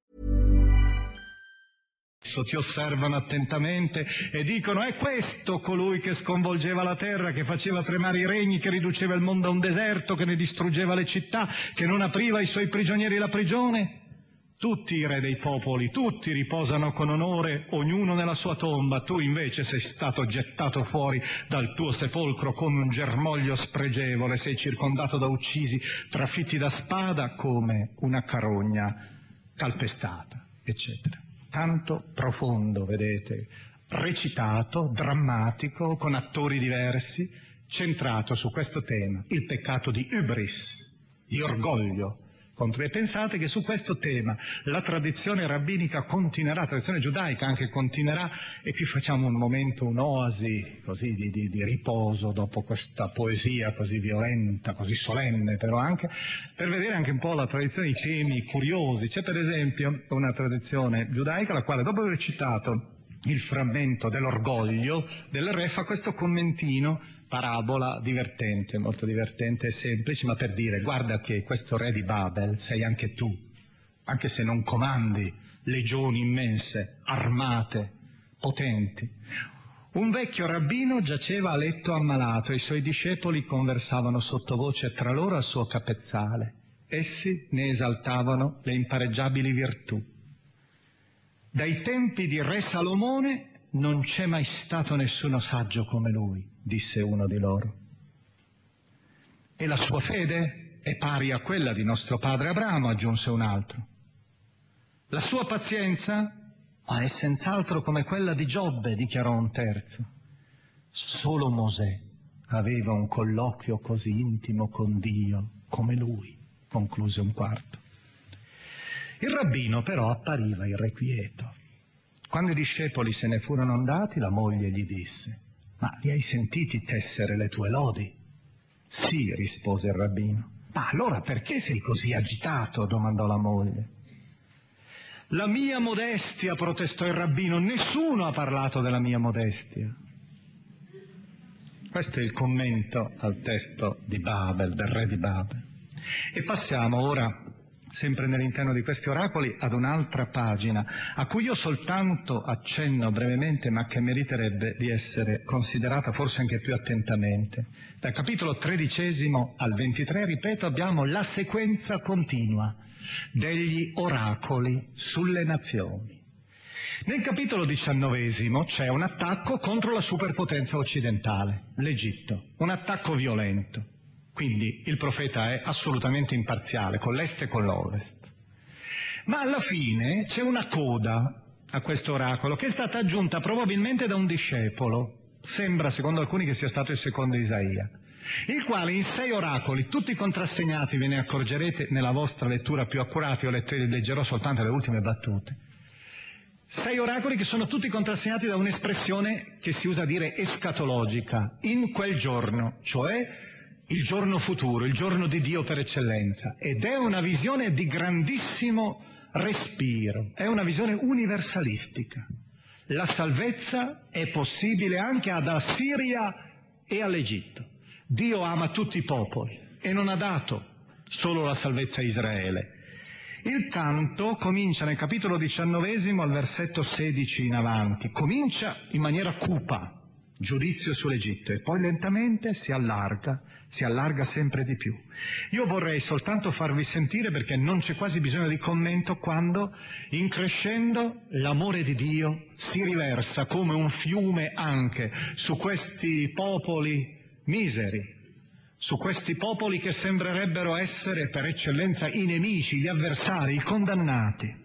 Ti osservano attentamente e dicono è questo colui che sconvolgeva la terra, che faceva tremare i regni, che riduceva il mondo a un deserto, che ne distruggeva le città, che non apriva ai suoi prigionieri la prigione? Tutti i re dei popoli, tutti riposano con onore, ognuno nella sua tomba. Tu invece sei stato gettato fuori dal tuo sepolcro come un germoglio spregevole, sei circondato da uccisi, trafitti da spada come una carogna calpestata, eccetera. Tanto profondo, vedete, recitato, drammatico, con attori diversi, centrato su questo tema, il peccato di hubris, di orgoglio. E pensate che su questo tema la tradizione rabbinica continuerà, la tradizione giudaica anche continuerà, e qui facciamo un momento, un'oasi così di, di, di riposo dopo questa poesia così violenta, così solenne, però anche per vedere anche un po' la tradizione, i temi curiosi. C'è per esempio una tradizione giudaica la quale, dopo aver citato il frammento dell'orgoglio del re, fa questo commentino, parabola divertente, molto divertente e semplice, ma per dire guarda che questo re di Babel sei anche tu, anche se non comandi legioni immense, armate, potenti. Un vecchio rabbino giaceva a letto ammalato e i suoi discepoli conversavano sottovoce tra loro al suo capezzale. Essi ne esaltavano le impareggiabili virtù. Dai tempi di re Salomone non c'è mai stato nessuno saggio come lui, disse uno di loro. E la sua fede è pari a quella di nostro padre Abramo, aggiunse un altro. La sua pazienza ma è senz'altro come quella di Giobbe, dichiarò un terzo. Solo Mosè aveva un colloquio così intimo con Dio come lui, concluse un quarto. Il rabbino però appariva irrequieto. Quando i discepoli se ne furono andati, la moglie gli disse: «Ma li hai sentiti tessere le tue lodi?» «Sì», rispose il rabbino. «Ma allora perché sei così agitato?» domandò la moglie. «La mia modestia», protestò il rabbino, «nessuno ha parlato della mia modestia». Questo è il commento al testo di Babel, del re di Babel. E passiamo ora, sempre nell'interno di questi oracoli, ad un'altra pagina, a cui io soltanto accenno brevemente, ma che meriterebbe di essere considerata forse anche più attentamente. Dal capitolo tredicesimo al ventitré, ripeto, abbiamo la sequenza continua degli oracoli sulle nazioni. Nel capitolo diciannovesimo c'è un attacco contro la superpotenza occidentale, l'Egitto, un attacco violento. Quindi il profeta è assolutamente imparziale, con l'est e con l'ovest. Ma alla fine c'è una coda a questo oracolo che è stata aggiunta probabilmente da un discepolo, sembra secondo alcuni che sia stato il secondo Isaia, il quale in sei oracoli, tutti contrassegnati, ve ne accorgerete nella vostra lettura più accurata, io leggerò soltanto le ultime battute, sei oracoli che sono tutti contrassegnati da un'espressione che si usa a dire escatologica, in quel giorno, cioè il giorno futuro, il giorno di Dio per eccellenza, ed è una visione di grandissimo respiro, è una visione universalistica. La salvezza è possibile anche ad Assiria e all'Egitto. Dio ama tutti i popoli e non ha dato solo la salvezza a Israele. Il canto comincia nel capitolo diciannovesimo al versetto sedici in avanti, comincia in maniera cupa, giudizio sull'Egitto, e poi lentamente si allarga, si allarga sempre di più. Io vorrei soltanto farvi sentire, perché non c'è quasi bisogno di commento, quando in crescendo l'amore di Dio si riversa come un fiume anche su questi popoli miseri, su questi popoli che sembrerebbero essere per eccellenza i nemici, gli avversari, i condannati.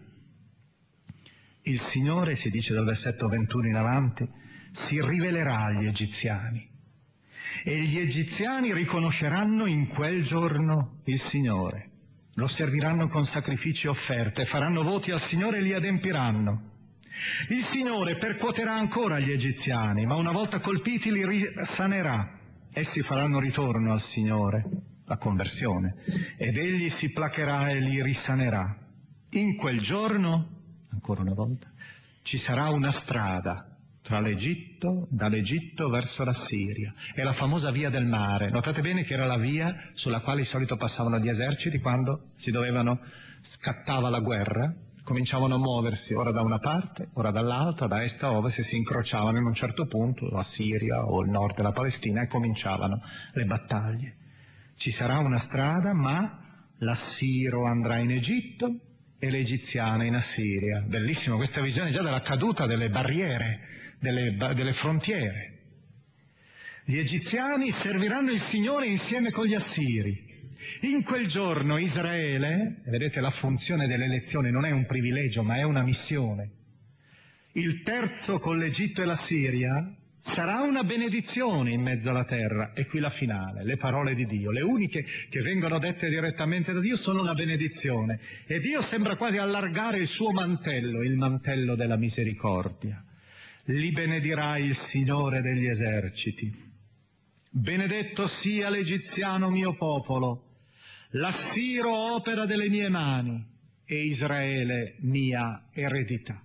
Il Signore, si dice dal versetto ventuno in avanti, si rivelerà agli egiziani e gli egiziani riconosceranno in quel giorno il Signore, lo serviranno con sacrifici e offerte, faranno voti al Signore e li adempiranno. Il Signore percuoterà ancora gli egiziani, ma una volta colpiti li risanerà. Essi faranno ritorno al Signore, la conversione, ed Egli si placherà e li risanerà. In quel giorno, ancora una volta, ci sarà una strada tra l'Egitto, dall'Egitto verso la Siria. È la famosa via del mare. Notate bene che era la via sulla quale di solito passavano gli eserciti quando si dovevano, scattava la guerra, cominciavano a muoversi ora da una parte, ora dall'altra, da est a ovest, e si incrociavano in un certo punto, la Siria o il nord della Palestina, e cominciavano le battaglie. Ci sarà una strada, ma l'Assiro andrà in Egitto e l'Egiziana in Assiria. Bellissimo questa visione già della caduta delle barriere, delle, delle frontiere. Gli egiziani serviranno il Signore insieme con gli assiri. In quel giorno Israele, vedete la funzione dell'elezione non è un privilegio ma è una missione, il terzo con l'Egitto e la Siria sarà una benedizione in mezzo alla terra. E qui la finale, le parole di Dio, le uniche che vengono dette direttamente da Dio sono una benedizione, e Dio sembra quasi allargare il suo mantello, il mantello della misericordia. Li benedirà il Signore degli eserciti. Benedetto sia l'egiziano mio popolo, l'Assiro opera delle mie mani e Israele mia eredità.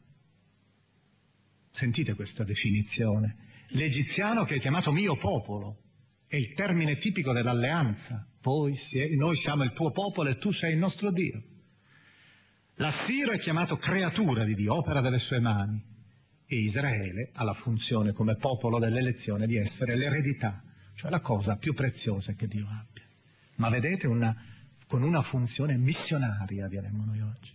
Sentite questa definizione. L'egiziano che è chiamato mio popolo è il termine tipico dell'alleanza. Poi noi siamo il tuo popolo e tu sei il nostro Dio. L'Assiro è chiamato creatura di Dio, opera delle sue mani, e Israele ha la funzione come popolo dell'elezione di essere l'eredità, cioè la cosa più preziosa che Dio abbia. Ma vedete, una, con una funzione missionaria, diremmo noi oggi.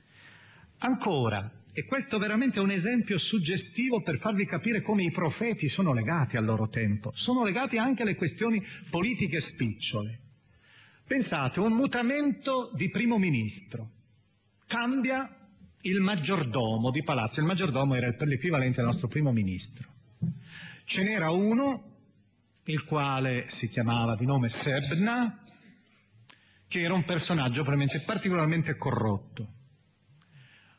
Ancora, e questo veramente è un esempio suggestivo per farvi capire come i profeti sono legati al loro tempo, sono legati anche alle questioni politiche spicciole. Pensate, un mutamento di primo ministro, cambia il maggiordomo di palazzo, il maggiordomo era l'equivalente del nostro primo ministro. Ce n'era uno, il quale si chiamava di nome Sebna, che era un personaggio veramente particolarmente corrotto.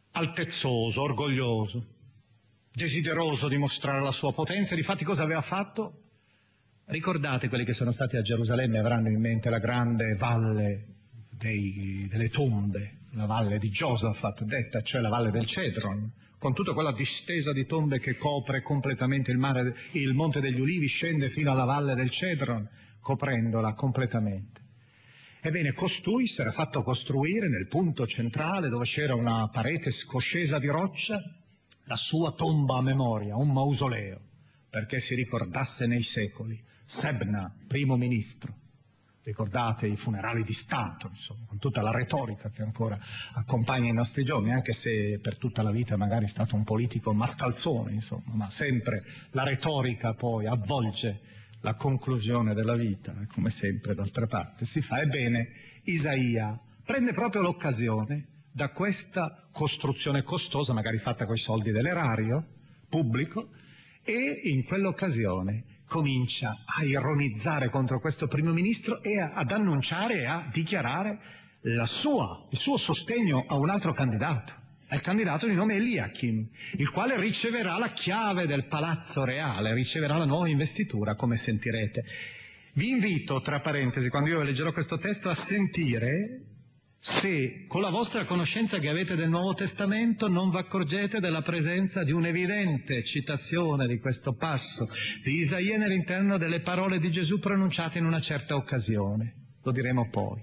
altezzoso, orgoglioso, desideroso di mostrare la sua potenza. Difatti cosa aveva fatto? Ricordate quelli che sono stati a Gerusalemme avranno in mente la grande valle dei, delle tombe, la valle di Giosafat, detta cioè la valle del Cedron, con tutta quella distesa di tombe che copre completamente il, mare, il Monte degli Ulivi, scende fino alla valle del Cedron, coprendola completamente. Ebbene, costui si era fatto costruire nel punto centrale, dove c'era una parete scoscesa di roccia, la sua tomba a memoria, un mausoleo, perché si ricordasse nei secoli Sebna, primo ministro. Ricordate i funerali di Stato, insomma, con tutta la retorica che ancora accompagna i nostri giorni, anche se per tutta la vita magari è stato un politico mascalzone, insomma, ma sempre la retorica poi avvolge la conclusione della vita, come sempre d'altra parte si fa. Ebbene, Isaia prende proprio l'occasione da questa costruzione costosa, magari fatta con i soldi dell'erario pubblico, e in quell'occasione comincia a ironizzare contro questo primo ministro e a, ad annunciare e a dichiarare la sua, il suo sostegno a un altro candidato, al candidato di nome Eliachim, il quale riceverà la chiave del palazzo reale, riceverà la nuova investitura, come sentirete. Vi invito, tra parentesi, quando io leggerò questo testo, a sentire se con la vostra conoscenza che avete del Nuovo Testamento non vi accorgete della presenza di un'evidente citazione di questo passo di Isaia nell'interno delle parole di Gesù pronunciate in una certa occasione. Lo diremo poi.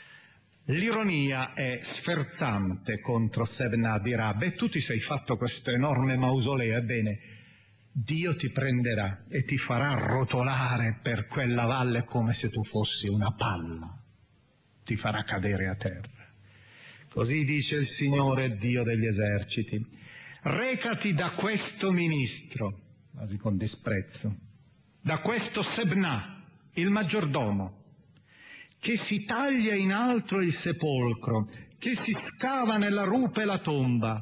L'ironia è sferzante contro Sebna, dirà: beh, tu ti sei fatto questo enorme mausoleo, ebbene, Dio ti prenderà e ti farà rotolare per quella valle come se tu fossi una palla. Ti farà cadere a terra. Così dice il Signore Dio degli eserciti: recati da questo ministro, quasi con disprezzo, da questo Sebna, il maggiordomo, che si taglia in alto il sepolcro, che si scava nella rupe la tomba.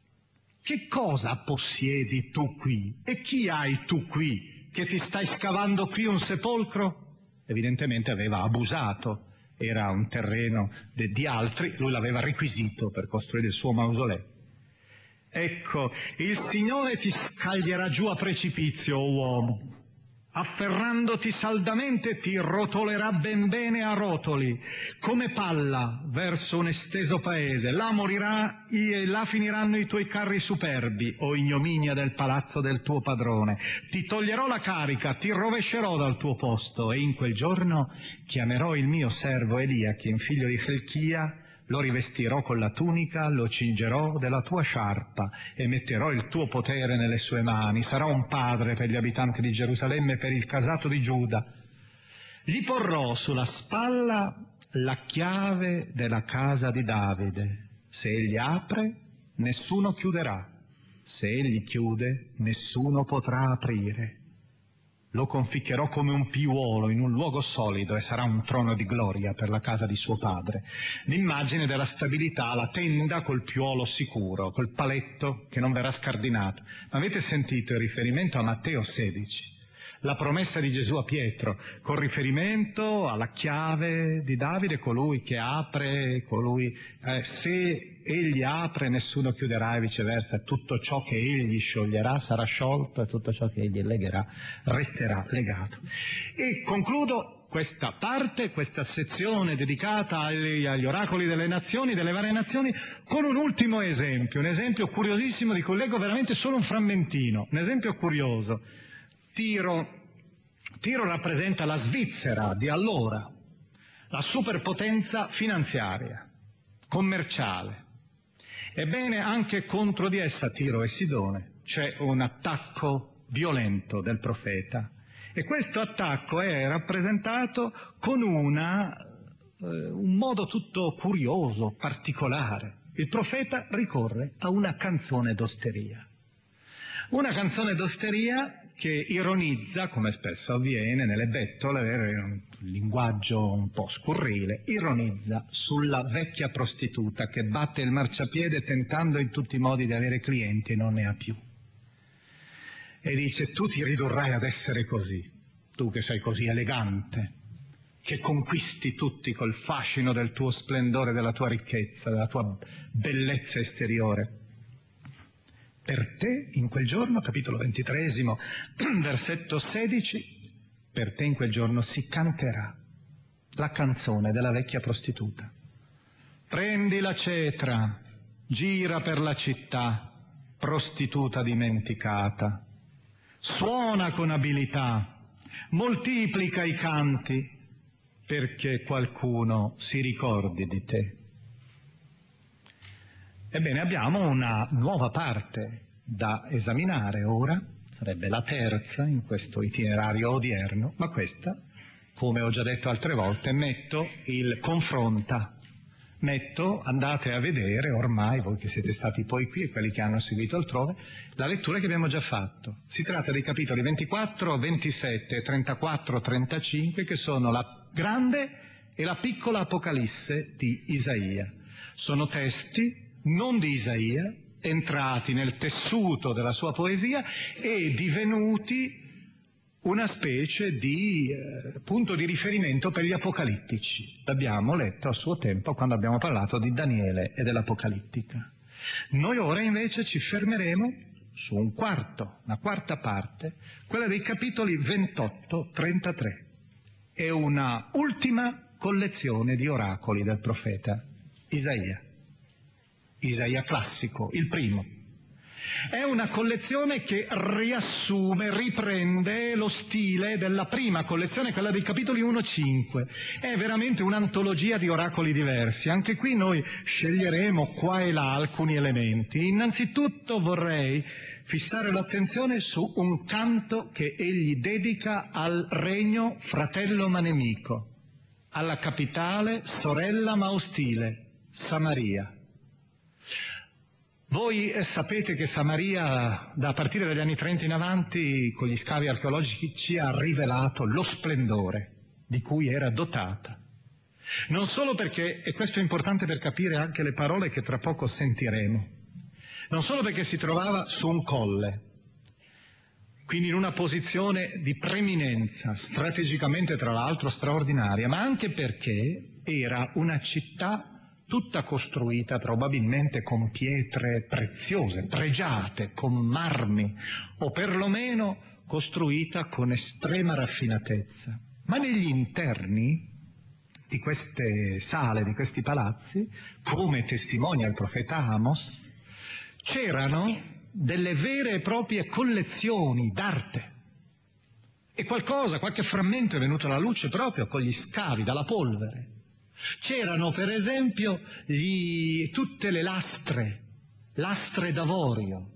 Che cosa possiedi tu qui? E chi hai tu qui, che ti stai scavando qui un sepolcro? Evidentemente aveva abusato. Era un terreno de, di altri, lui l'aveva requisito per costruire il suo mausoleo. Ecco, il Signore ti scaglierà giù a precipizio, o uomo, afferrandoti saldamente ti rotolerà ben bene a rotoli, come palla verso un esteso paese. Là morirà e là finiranno i tuoi carri superbi, o ignominia del palazzo del tuo padrone. Ti toglierò la carica, ti rovescerò dal tuo posto, e in quel giorno chiamerò il mio servo Eliachim, figlio di Helchia, lo rivestirò con la tunica, lo cingerò della tua sciarpa e metterò il tuo potere nelle sue mani. Sarà un padre per gli abitanti di Gerusalemme e per il casato di Giuda. Gli porrò sulla spalla la chiave della casa di Davide. Se egli apre, nessuno chiuderà. Se egli chiude, nessuno potrà aprire. Lo conficcherò come un piuolo in un luogo solido e sarà un trono di gloria per la casa di suo padre. L'immagine della stabilità, la tenda col piuolo sicuro, col paletto che non verrà scardinato. Ma avete sentito il riferimento a Matteo sedici? La promessa di Gesù a Pietro, con riferimento alla chiave di Davide, colui che apre, colui, eh, se egli apre nessuno chiuderà e viceversa, tutto ciò che egli scioglierà sarà sciolto e tutto ciò che egli legherà resterà legato. E concludo questa parte, questa sezione dedicata agli, agli oracoli delle nazioni, delle varie nazioni, con un ultimo esempio, un esempio curiosissimo di cui leggo veramente solo un frammentino, un esempio curioso. Tiro, Tiro rappresenta la Svizzera di allora, la superpotenza finanziaria, commerciale. Ebbene, anche contro di essa, Tiro e Sidone, c'è un attacco violento del profeta. E questo attacco è rappresentato con una, eh, un modo tutto curioso, particolare. Il profeta ricorre a una canzone d'osteria. Una canzone d'osteria che ironizza, come spesso avviene nelle bettole, un linguaggio un po' scurrile, ironizza sulla vecchia prostituta che batte il marciapiede tentando in tutti i modi di avere clienti e non ne ha più. E dice: tu ti ridurrai ad essere così, tu che sei così elegante, che conquisti tutti col fascino del tuo splendore, della tua ricchezza, della tua bellezza esteriore. Per te in quel giorno, capitolo ventitresimo, versetto sedici, per te in quel giorno si canterà la canzone della vecchia prostituta. Prendi la cetra, gira per la città, prostituta dimenticata, suona con abilità, moltiplica i canti, perché qualcuno si ricordi di te. Ebbene, abbiamo una nuova parte da esaminare ora, sarebbe la terza in questo itinerario odierno, ma questa, come ho già detto altre volte, metto il confronta. Metto, andate a vedere, ormai voi che siete stati poi qui e quelli che hanno seguito altrove, la lettura che abbiamo già fatto. Si tratta dei capitoli ventiquattro, ventisette, trentaquattro, trentacinque, che sono la grande e la piccola Apocalisse di Isaia. Sono testi non di Isaia, entrati nel tessuto della sua poesia e divenuti una specie di eh, punto di riferimento per gli apocalittici. L'abbiamo letto a suo tempo quando abbiamo parlato di Daniele e dell'Apocalittica. Noi ora invece ci fermeremo su un quarto, una quarta parte, quella dei capitoli ventotto trentatré. È una ultima collezione di oracoli del profeta Isaia. Isaia classico, il primo. È una collezione che riassume, riprende lo stile della prima collezione, quella dei capitoli uno cinque. È veramente un'antologia di oracoli diversi. Anche qui noi sceglieremo qua e là alcuni elementi. Innanzitutto vorrei fissare l'attenzione su un canto che egli dedica al regno fratello ma nemico, alla capitale sorella ma ostile, Samaria. Voi sapete che Samaria, da partire dagli anni trenta in avanti, con gli scavi archeologici, ci ha rivelato lo splendore di cui era dotata. Non solo perché, e questo è importante per capire anche le parole che tra poco sentiremo, non solo perché si trovava su un colle, quindi in una posizione di preminenza, strategicamente tra l'altro straordinaria, ma anche perché era una città tutta costruita probabilmente con pietre preziose, pregiate, con marmi, o perlomeno costruita con estrema raffinatezza. Ma negli interni di queste sale, di questi palazzi, come testimonia il profeta Amos, c'erano delle vere e proprie collezioni d'arte. E qualcosa, qualche frammento è venuto alla luce proprio con gli scavi dalla polvere. C'erano per esempio gli, tutte le lastre, lastre d'avorio,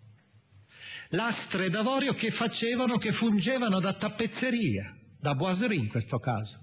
lastre d'avorio che facevano, che fungevano da tappezzeria, da boiserie in questo caso.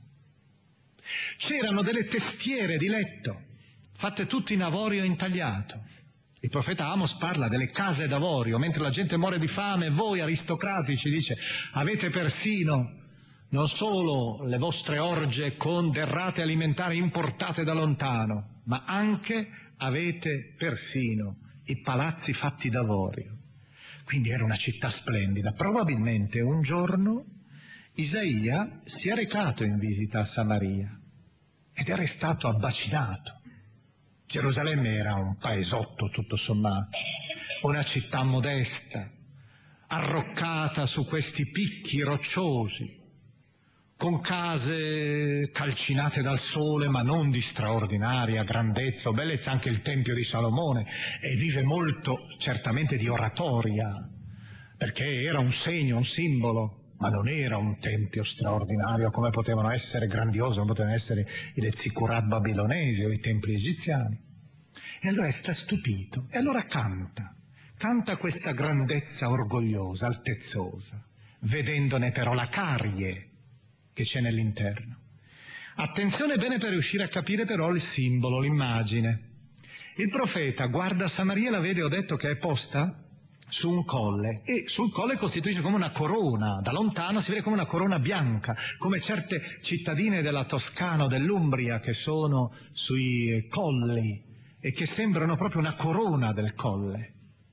C'erano delle testiere di letto, fatte tutte in avorio intagliato. Il profeta Amos parla delle case d'avorio, mentre la gente muore di fame, voi aristocratici, dice, avete persino non solo le vostre orge con derrate alimentari importate da lontano, ma anche avete persino i palazzi fatti d'avorio. Quindi era una città splendida. Probabilmente un giorno Isaia si è recato in visita a Samaria ed è restato abbacinato. Gerusalemme era un paesotto tutto sommato, una città modesta, arroccata su questi picchi rocciosi, con case calcinate dal sole, ma non di straordinaria grandezza o bellezza. Anche il Tempio di Salomone e vive molto certamente di oratoria, perché era un segno, un simbolo, ma non era un tempio straordinario come potevano essere, grandioso, come potevano essere i zikkurat babilonesi o i templi egiziani. E allora sta stupito, e allora canta, canta questa grandezza orgogliosa, altezzosa, vedendone però la carie che c'è nell'interno. Attenzione bene per riuscire a capire però il simbolo, l'immagine. Il profeta guarda Samaria e la vede, ho detto che è posta su un colle, e sul colle costituisce come una corona, da lontano si vede come una corona bianca, come certe cittadine della Toscana o dell'Umbria che sono sui colli e che sembrano proprio una corona del colle.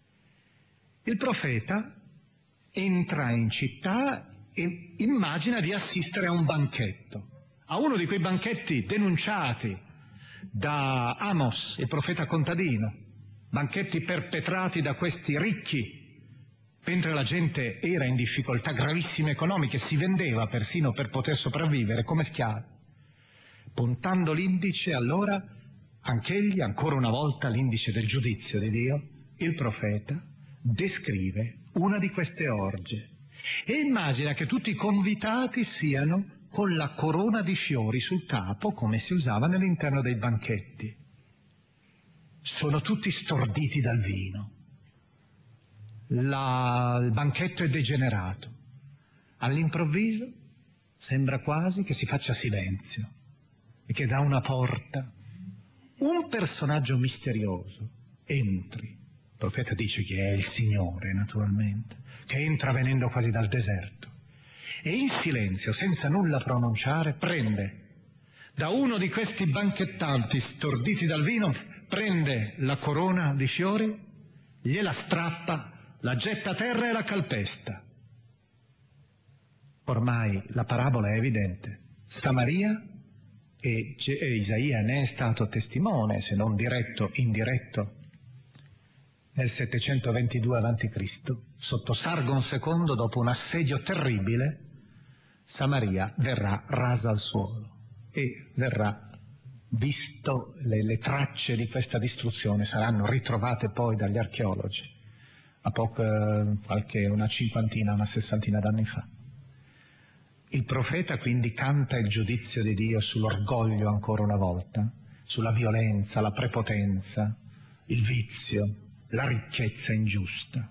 Il profeta entra in città e immagina di assistere a un banchetto. a uno di quei banchetti denunciati da Amos, il profeta contadino, banchetti perpetrati da questi ricchi, mentre la gente era in difficoltà gravissime economiche, si vendeva persino per poter sopravvivere come schiavi. Puntando l'indice, allora, anch'egli, ancora una volta l'indice del giudizio di Dio, il profeta descrive una di queste orge e immagina che tutti i convitati siano con la corona di fiori sul capo, come si usava nell'interno dei banchetti. Sono tutti storditi dal vino. La... il banchetto è degenerato. All'improvviso sembra quasi che si faccia silenzio e che da una porta un personaggio misterioso entri. Il profeta dice che è il Signore, naturalmente, che entra venendo quasi dal deserto. E in silenzio, senza nulla pronunciare, prende da uno di questi banchettanti storditi dal vino, prende la corona di fiori, gliela strappa, la getta a terra e la calpesta. Ormai la parabola è evidente. Samaria, e, e Isaia ne è stato testimone, se non diretto, indiretto, nel settecentoventidue avanti Cristo, sotto Sargon secondo, dopo un assedio terribile, Samaria verrà rasa al suolo e verrà visto, le, le tracce di questa distruzione saranno ritrovate poi dagli archeologi a poco, qualche, una cinquantina, una sessantina d'anni fa. Il profeta quindi canta il giudizio di Dio sull'orgoglio ancora una volta, sulla violenza, la prepotenza, il vizio, la ricchezza ingiusta.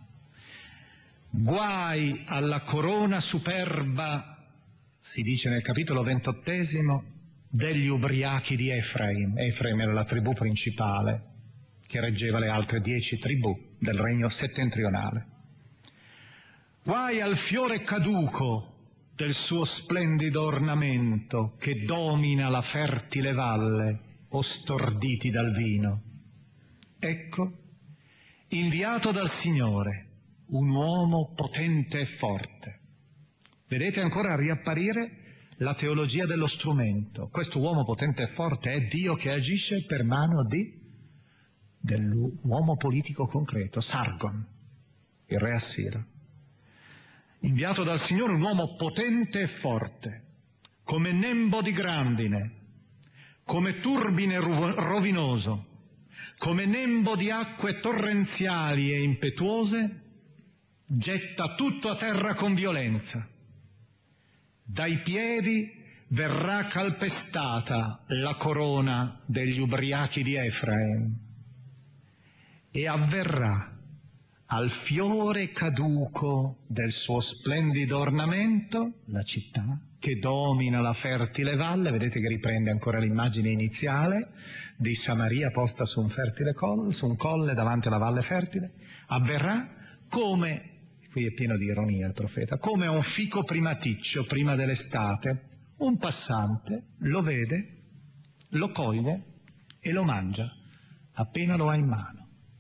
Guai alla corona superba, si dice nel capitolo ventottesimo, degli ubriachi di Efraim. Efraim era la tribù principale che reggeva le altre dieci tribù del regno settentrionale. Guai al fiore caduco del suo splendido ornamento che domina la fertile valle, o storditi dal vino. Ecco, inviato dal Signore, un uomo potente e forte. Vedete ancora riapparire la teologia dello strumento. Questo uomo potente e forte è Dio che agisce per mano di dell'uomo politico concreto, Sargon, il re Assiro. Inviato dal Signore un uomo potente e forte, come nembo di grandine, come turbine rovinoso, come nembo di acque torrenziali e impetuose, getta tutto a terra con violenza. Dai piedi verrà calpestata la corona degli ubriachi di Efraim e avverrà al fiore caduco del suo splendido ornamento, la città che domina la fertile valle. Vedete che riprende ancora l'immagine iniziale di Samaria posta su un fertile colle, su un colle davanti alla valle fertile. Avverrà come, qui è pieno di ironia il profeta, come un fico primaticcio prima dell'estate, un passante lo vede, lo coglie e lo mangia appena lo ha in mano.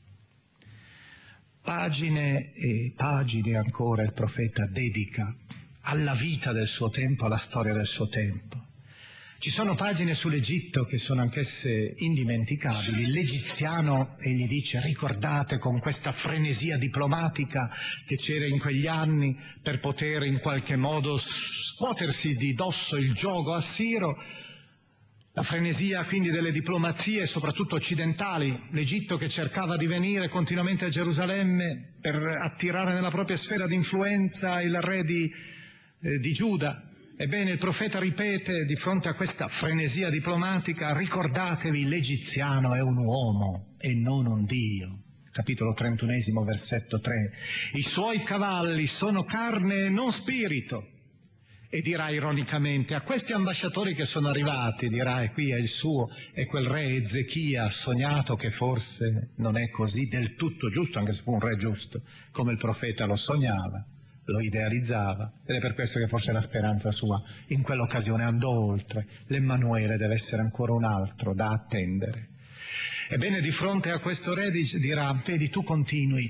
Pagine e pagine ancora il profeta dedica alla vita del suo tempo, alla storia del suo tempo. Ci sono pagine sull'Egitto che sono anch'esse indimenticabili. L'egiziano, egli dice, ricordate con questa frenesia diplomatica che c'era in quegli anni per poter in qualche modo scuotersi di dosso il giogo assiro, la frenesia quindi delle diplomazie, soprattutto occidentali, l'Egitto che cercava di venire continuamente a Gerusalemme per attirare nella propria sfera di influenza il re di, eh, di Giuda. Ebbene, il profeta ripete di fronte a questa frenesia diplomatica: ricordatevi, l'egiziano è un uomo e non un dio. Capitolo trentunesimo, versetto tre. I suoi cavalli sono carne e non spirito. E dirà ironicamente a questi ambasciatori che sono arrivati, dirà, e qui è il suo, è quel re Ezechia sognato, che forse non è così del tutto giusto, anche se fu un re giusto, come il profeta lo sognava, lo idealizzava, ed è per questo che forse la speranza sua in quell'occasione andò oltre. L'Emmanuele deve essere ancora un altro da attendere. Ebbene, di fronte a questo re dirà: vedi, tu continui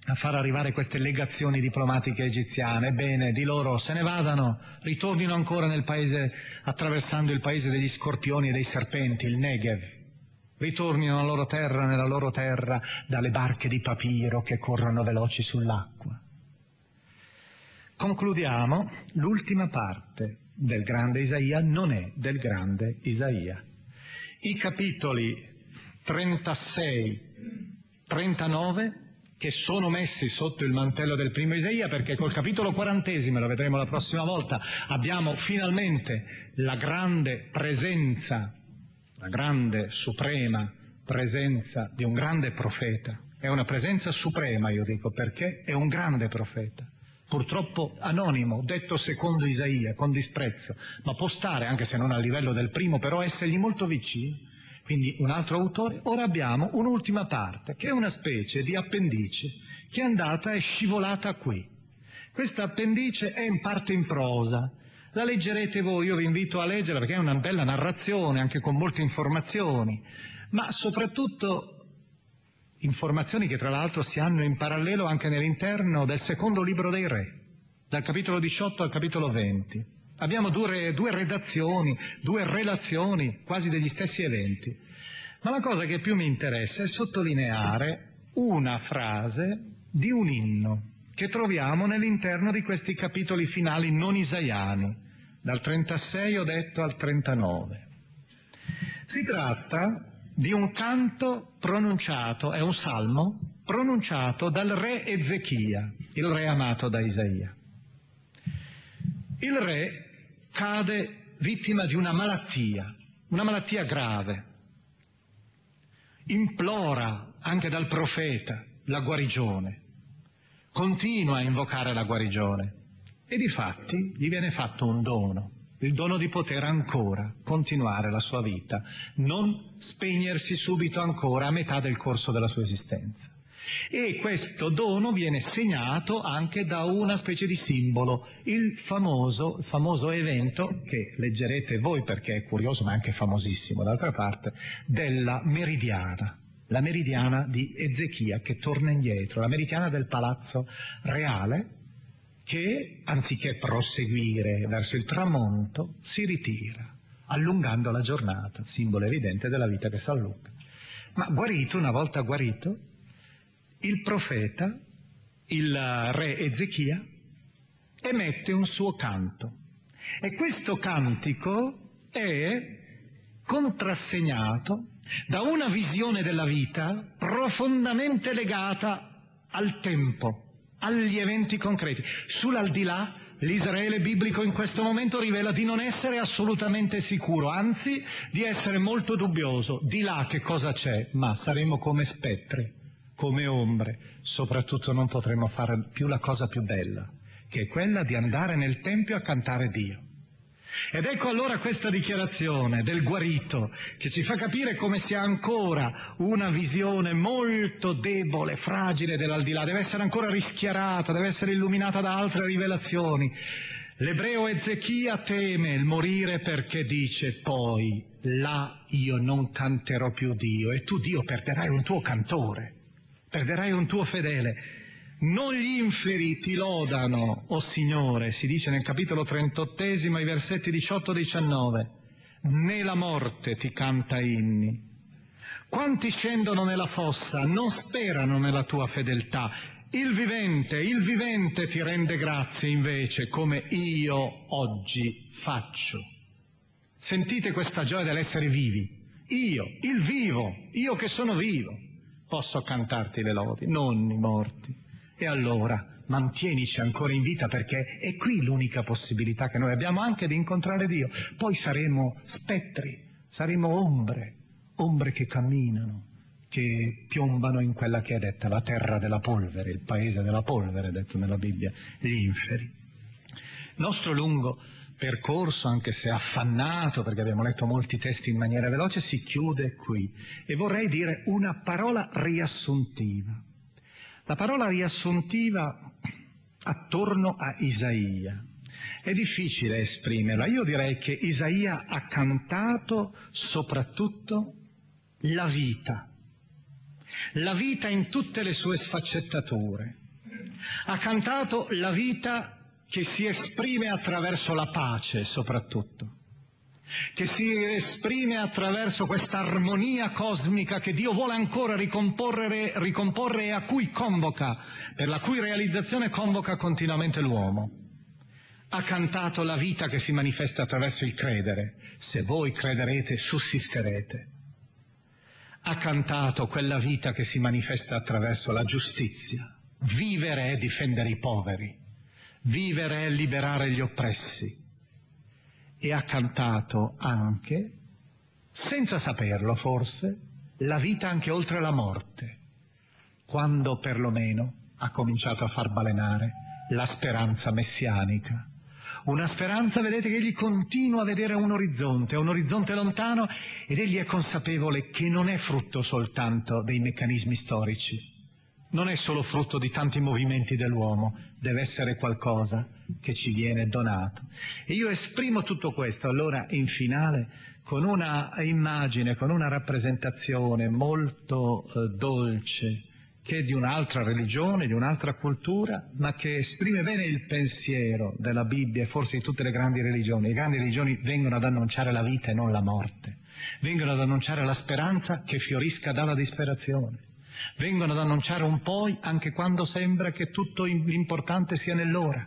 a far arrivare queste legazioni diplomatiche egiziane. Ebbene, di loro se ne vadano, ritornino ancora nel paese, attraversando il paese degli scorpioni e dei serpenti, il Negev. Ritornino nella loro terra, nella loro terra, dalle barche di papiro che corrono veloci sull'acqua. Concludiamo, l'ultima parte del grande Isaia non è del grande Isaia. I capitoli trentasei trentanove, che sono messi sotto il mantello del primo Isaia, perché col capitolo quarantesimo, lo vedremo la prossima volta, abbiamo finalmente la grande presenza, la grande suprema presenza di un grande profeta. È una presenza suprema, io dico, perché è un grande profeta, purtroppo anonimo, detto secondo Isaia, con disprezzo, ma può stare, anche se non a livello del primo, però essergli molto vicino. Quindi un altro autore. Ora abbiamo un'ultima parte, che è una specie di appendice, che è andata e scivolata qui. Questa appendice è in parte in prosa, la leggerete voi, io vi invito a leggerla perché è una bella narrazione, anche con molte informazioni, ma soprattutto informazioni che tra l'altro si hanno in parallelo anche nell'interno del secondo libro dei Re, dal capitolo diciotto al capitolo venti. Abbiamo due, due redazioni, due relazioni quasi degli stessi eventi. Ma la cosa che più mi interessa è sottolineare una frase di un inno che troviamo nell'interno di questi capitoli finali non isaiani, dal trentasei ho detto al trentanove. Si tratta di un canto pronunciato, è un salmo pronunciato dal re Ezechia, il re amato da Isaia. Il re cade vittima di una malattia, una malattia grave. Implora anche dal profeta la guarigione, continua a invocare la guarigione e difatti gli viene fatto un dono, il dono di poter ancora continuare la sua vita, non spegnersi subito ancora a metà del corso della sua esistenza. E questo dono viene segnato anche da una specie di simbolo, il famoso, il famoso evento, che leggerete voi perché è curioso ma anche famosissimo d'altra parte, della meridiana, la meridiana di Ezechia che torna indietro, la meridiana del palazzo reale che anziché proseguire verso il tramonto si ritira, allungando la giornata, simbolo evidente della vita che si allunga. Ma guarito, una volta guarito, il profeta, il re Ezechia, emette un suo canto. E questo cantico è contrassegnato da una visione della vita profondamente legata al tempo, agli eventi concreti. Sull'aldilà, l'Israele biblico in questo momento rivela di non essere assolutamente sicuro, anzi di essere molto dubbioso. Di là che cosa c'è? Ma saremo come spettri, come ombre, soprattutto non potremo fare più la cosa più bella, che è quella di andare nel Tempio a cantare Dio. Ed ecco allora questa dichiarazione del guarito, che ci fa capire come sia ancora una visione molto debole, fragile dell'aldilà, deve essere ancora rischiarata, deve essere illuminata da altre rivelazioni. L'ebreo Ezechia teme il morire perché dice poi, là io non canterò più Dio, e tu Dio perderai un tuo cantore. Perderai un tuo fedele. Non gli inferi ti lodano, o Signore, si dice nel capitolo trentottesimo, i versetti diciotto diciannove, né la morte ti canta inni. Quanti scendono nella fossa non sperano nella tua fedeltà. Il vivente, il vivente ti rende grazie invece, come io oggi faccio. Sentite questa gioia dell'essere vivi. Io, il vivo, io che sono vivo, posso cantarti le lodi, non i morti. E allora mantienici ancora in vita, perché è qui l'unica possibilità che noi abbiamo anche di incontrare Dio. Poi saremo spettri, saremo ombre, ombre che camminano, che piombano in quella che è detta la terra della polvere, il paese della polvere, detto nella Bibbia, gli inferi. Il nostro lungo percorso, anche se affannato, perché abbiamo letto molti testi in maniera veloce, si chiude qui. E vorrei dire una parola riassuntiva. La parola riassuntiva attorno a Isaia. È difficile esprimerla. Io direi che Isaia ha cantato soprattutto la vita. la vita in tutte le sue sfaccettature. Ha cantato la vita che si esprime attraverso la pace soprattutto, che si esprime attraverso questa armonia cosmica che Dio vuole ancora ricomporre, ricomporre e a cui convoca, per la cui realizzazione convoca continuamente l'uomo. Ha cantato la vita che si manifesta attraverso il credere. Se voi crederete, sussisterete. Ha cantato quella vita che si manifesta attraverso la giustizia. Vivere è difendere i poveri. Vivere è liberare gli oppressi. E ha cantato anche, senza saperlo forse, la vita anche oltre la morte, quando perlomeno ha cominciato a far balenare la speranza messianica. Una speranza, vedete, che egli continua a vedere un orizzonte, un orizzonte lontano, ed egli è consapevole che non è frutto soltanto dei meccanismi storici, non è solo frutto di tanti movimenti dell'uomo, deve essere qualcosa che ci viene donato. E io esprimo tutto questo allora in finale con una immagine, con una rappresentazione molto eh, dolce, che è di un'altra religione, di un'altra cultura, ma che esprime bene il pensiero della Bibbia e forse di tutte le grandi religioni. Le grandi religioni vengono ad annunciare la vita e non la morte, vengono ad annunciare la speranza che fiorisca dalla disperazione. Vengono ad annunciare un poi anche quando sembra che tutto l'importante sia nell'ora.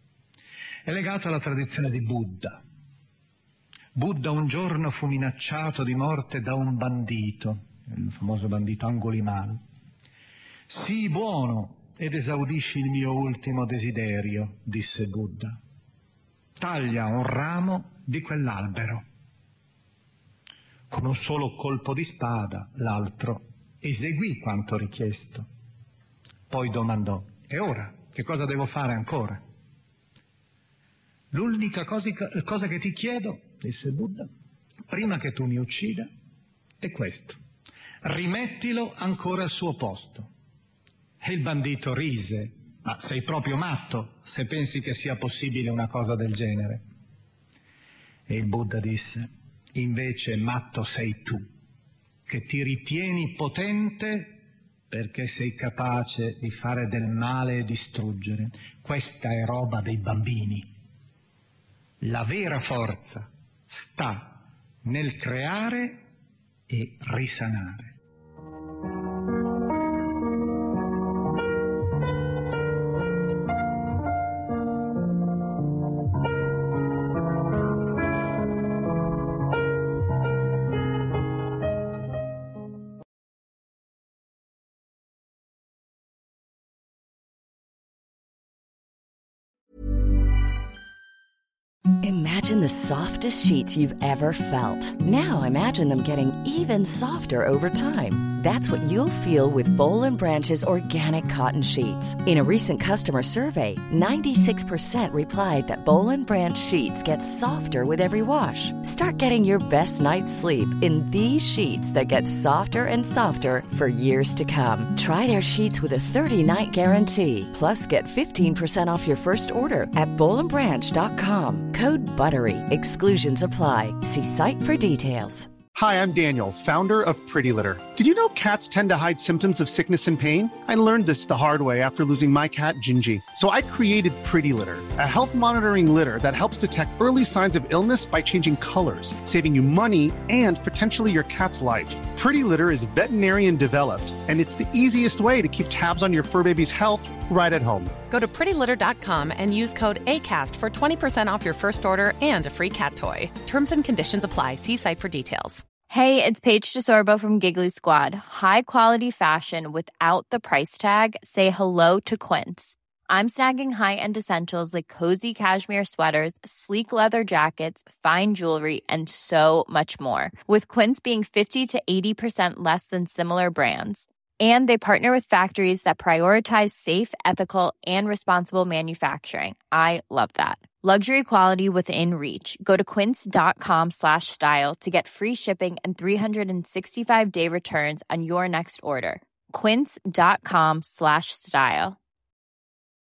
È legata alla tradizione di Buddha. Buddha un giorno fu minacciato di morte da un bandito, il famoso bandito Angulimala. Sii buono ed esaudisci il mio ultimo desiderio, disse Buddha. Taglia un ramo di quell'albero. Con un solo colpo di spada l'altro eseguì quanto richiesto. Poi domandò: e ora? Che cosa devo fare ancora? L'unica cosa, cosa che ti chiedo, disse Buddha, prima che tu mi uccida, è questo: rimettilo ancora al suo posto. E il bandito rise: ma sei proprio matto se pensi che sia possibile una cosa del genere. E il Buddha disse: invece matto sei tu, che ti ritieni potente perché sei capace di fare del male e distruggere. Questa è roba dei bambini. La vera forza sta nel creare e risanare. Imagine the softest sheets you've ever felt. Now imagine them getting even softer over time. That's what you'll feel with Boll and Branch's organic cotton sheets. In a recent customer survey, ninety-six percent replied that Boll and Branch sheets get softer with every wash. Start getting your best night's sleep in these sheets that get softer and softer for years to come. Try their sheets with a thirty-night guarantee. Plus, get fifteen percent off your first order at boll and branch dot com. Code BUTTERY. Exclusions apply. See site for details. Hi, I'm Daniel, founder of Pretty Litter. Did you know cats tend to hide symptoms of sickness and pain? I learned this the hard way after losing my cat, Gingy. So I created Pretty Litter, a health monitoring litter that helps detect early signs of illness by changing colors, saving you money and potentially your cat's life. Pretty Litter is veterinarian developed, and it's the easiest way to keep tabs on your fur baby's health right at home. Go to pretty litter dot com and use code ACAST for twenty percent off your first order and a free cat toy. Terms and conditions apply. See site for details. Hey, it's Paige DeSorbo from Giggly Squad. High quality fashion without the price tag. Say hello to Quince. I'm snagging high-end essentials like cozy cashmere sweaters, sleek leather jackets, fine jewelry, and so much more. With Quince being fifty to eighty percent less than similar brands. And they partner with factories that prioritize safe, ethical, and responsible manufacturing. I love that. Luxury quality within reach. Go to quince dot com slash style to get free shipping and three sixty-five day returns on your next order. Quince dot com slash style.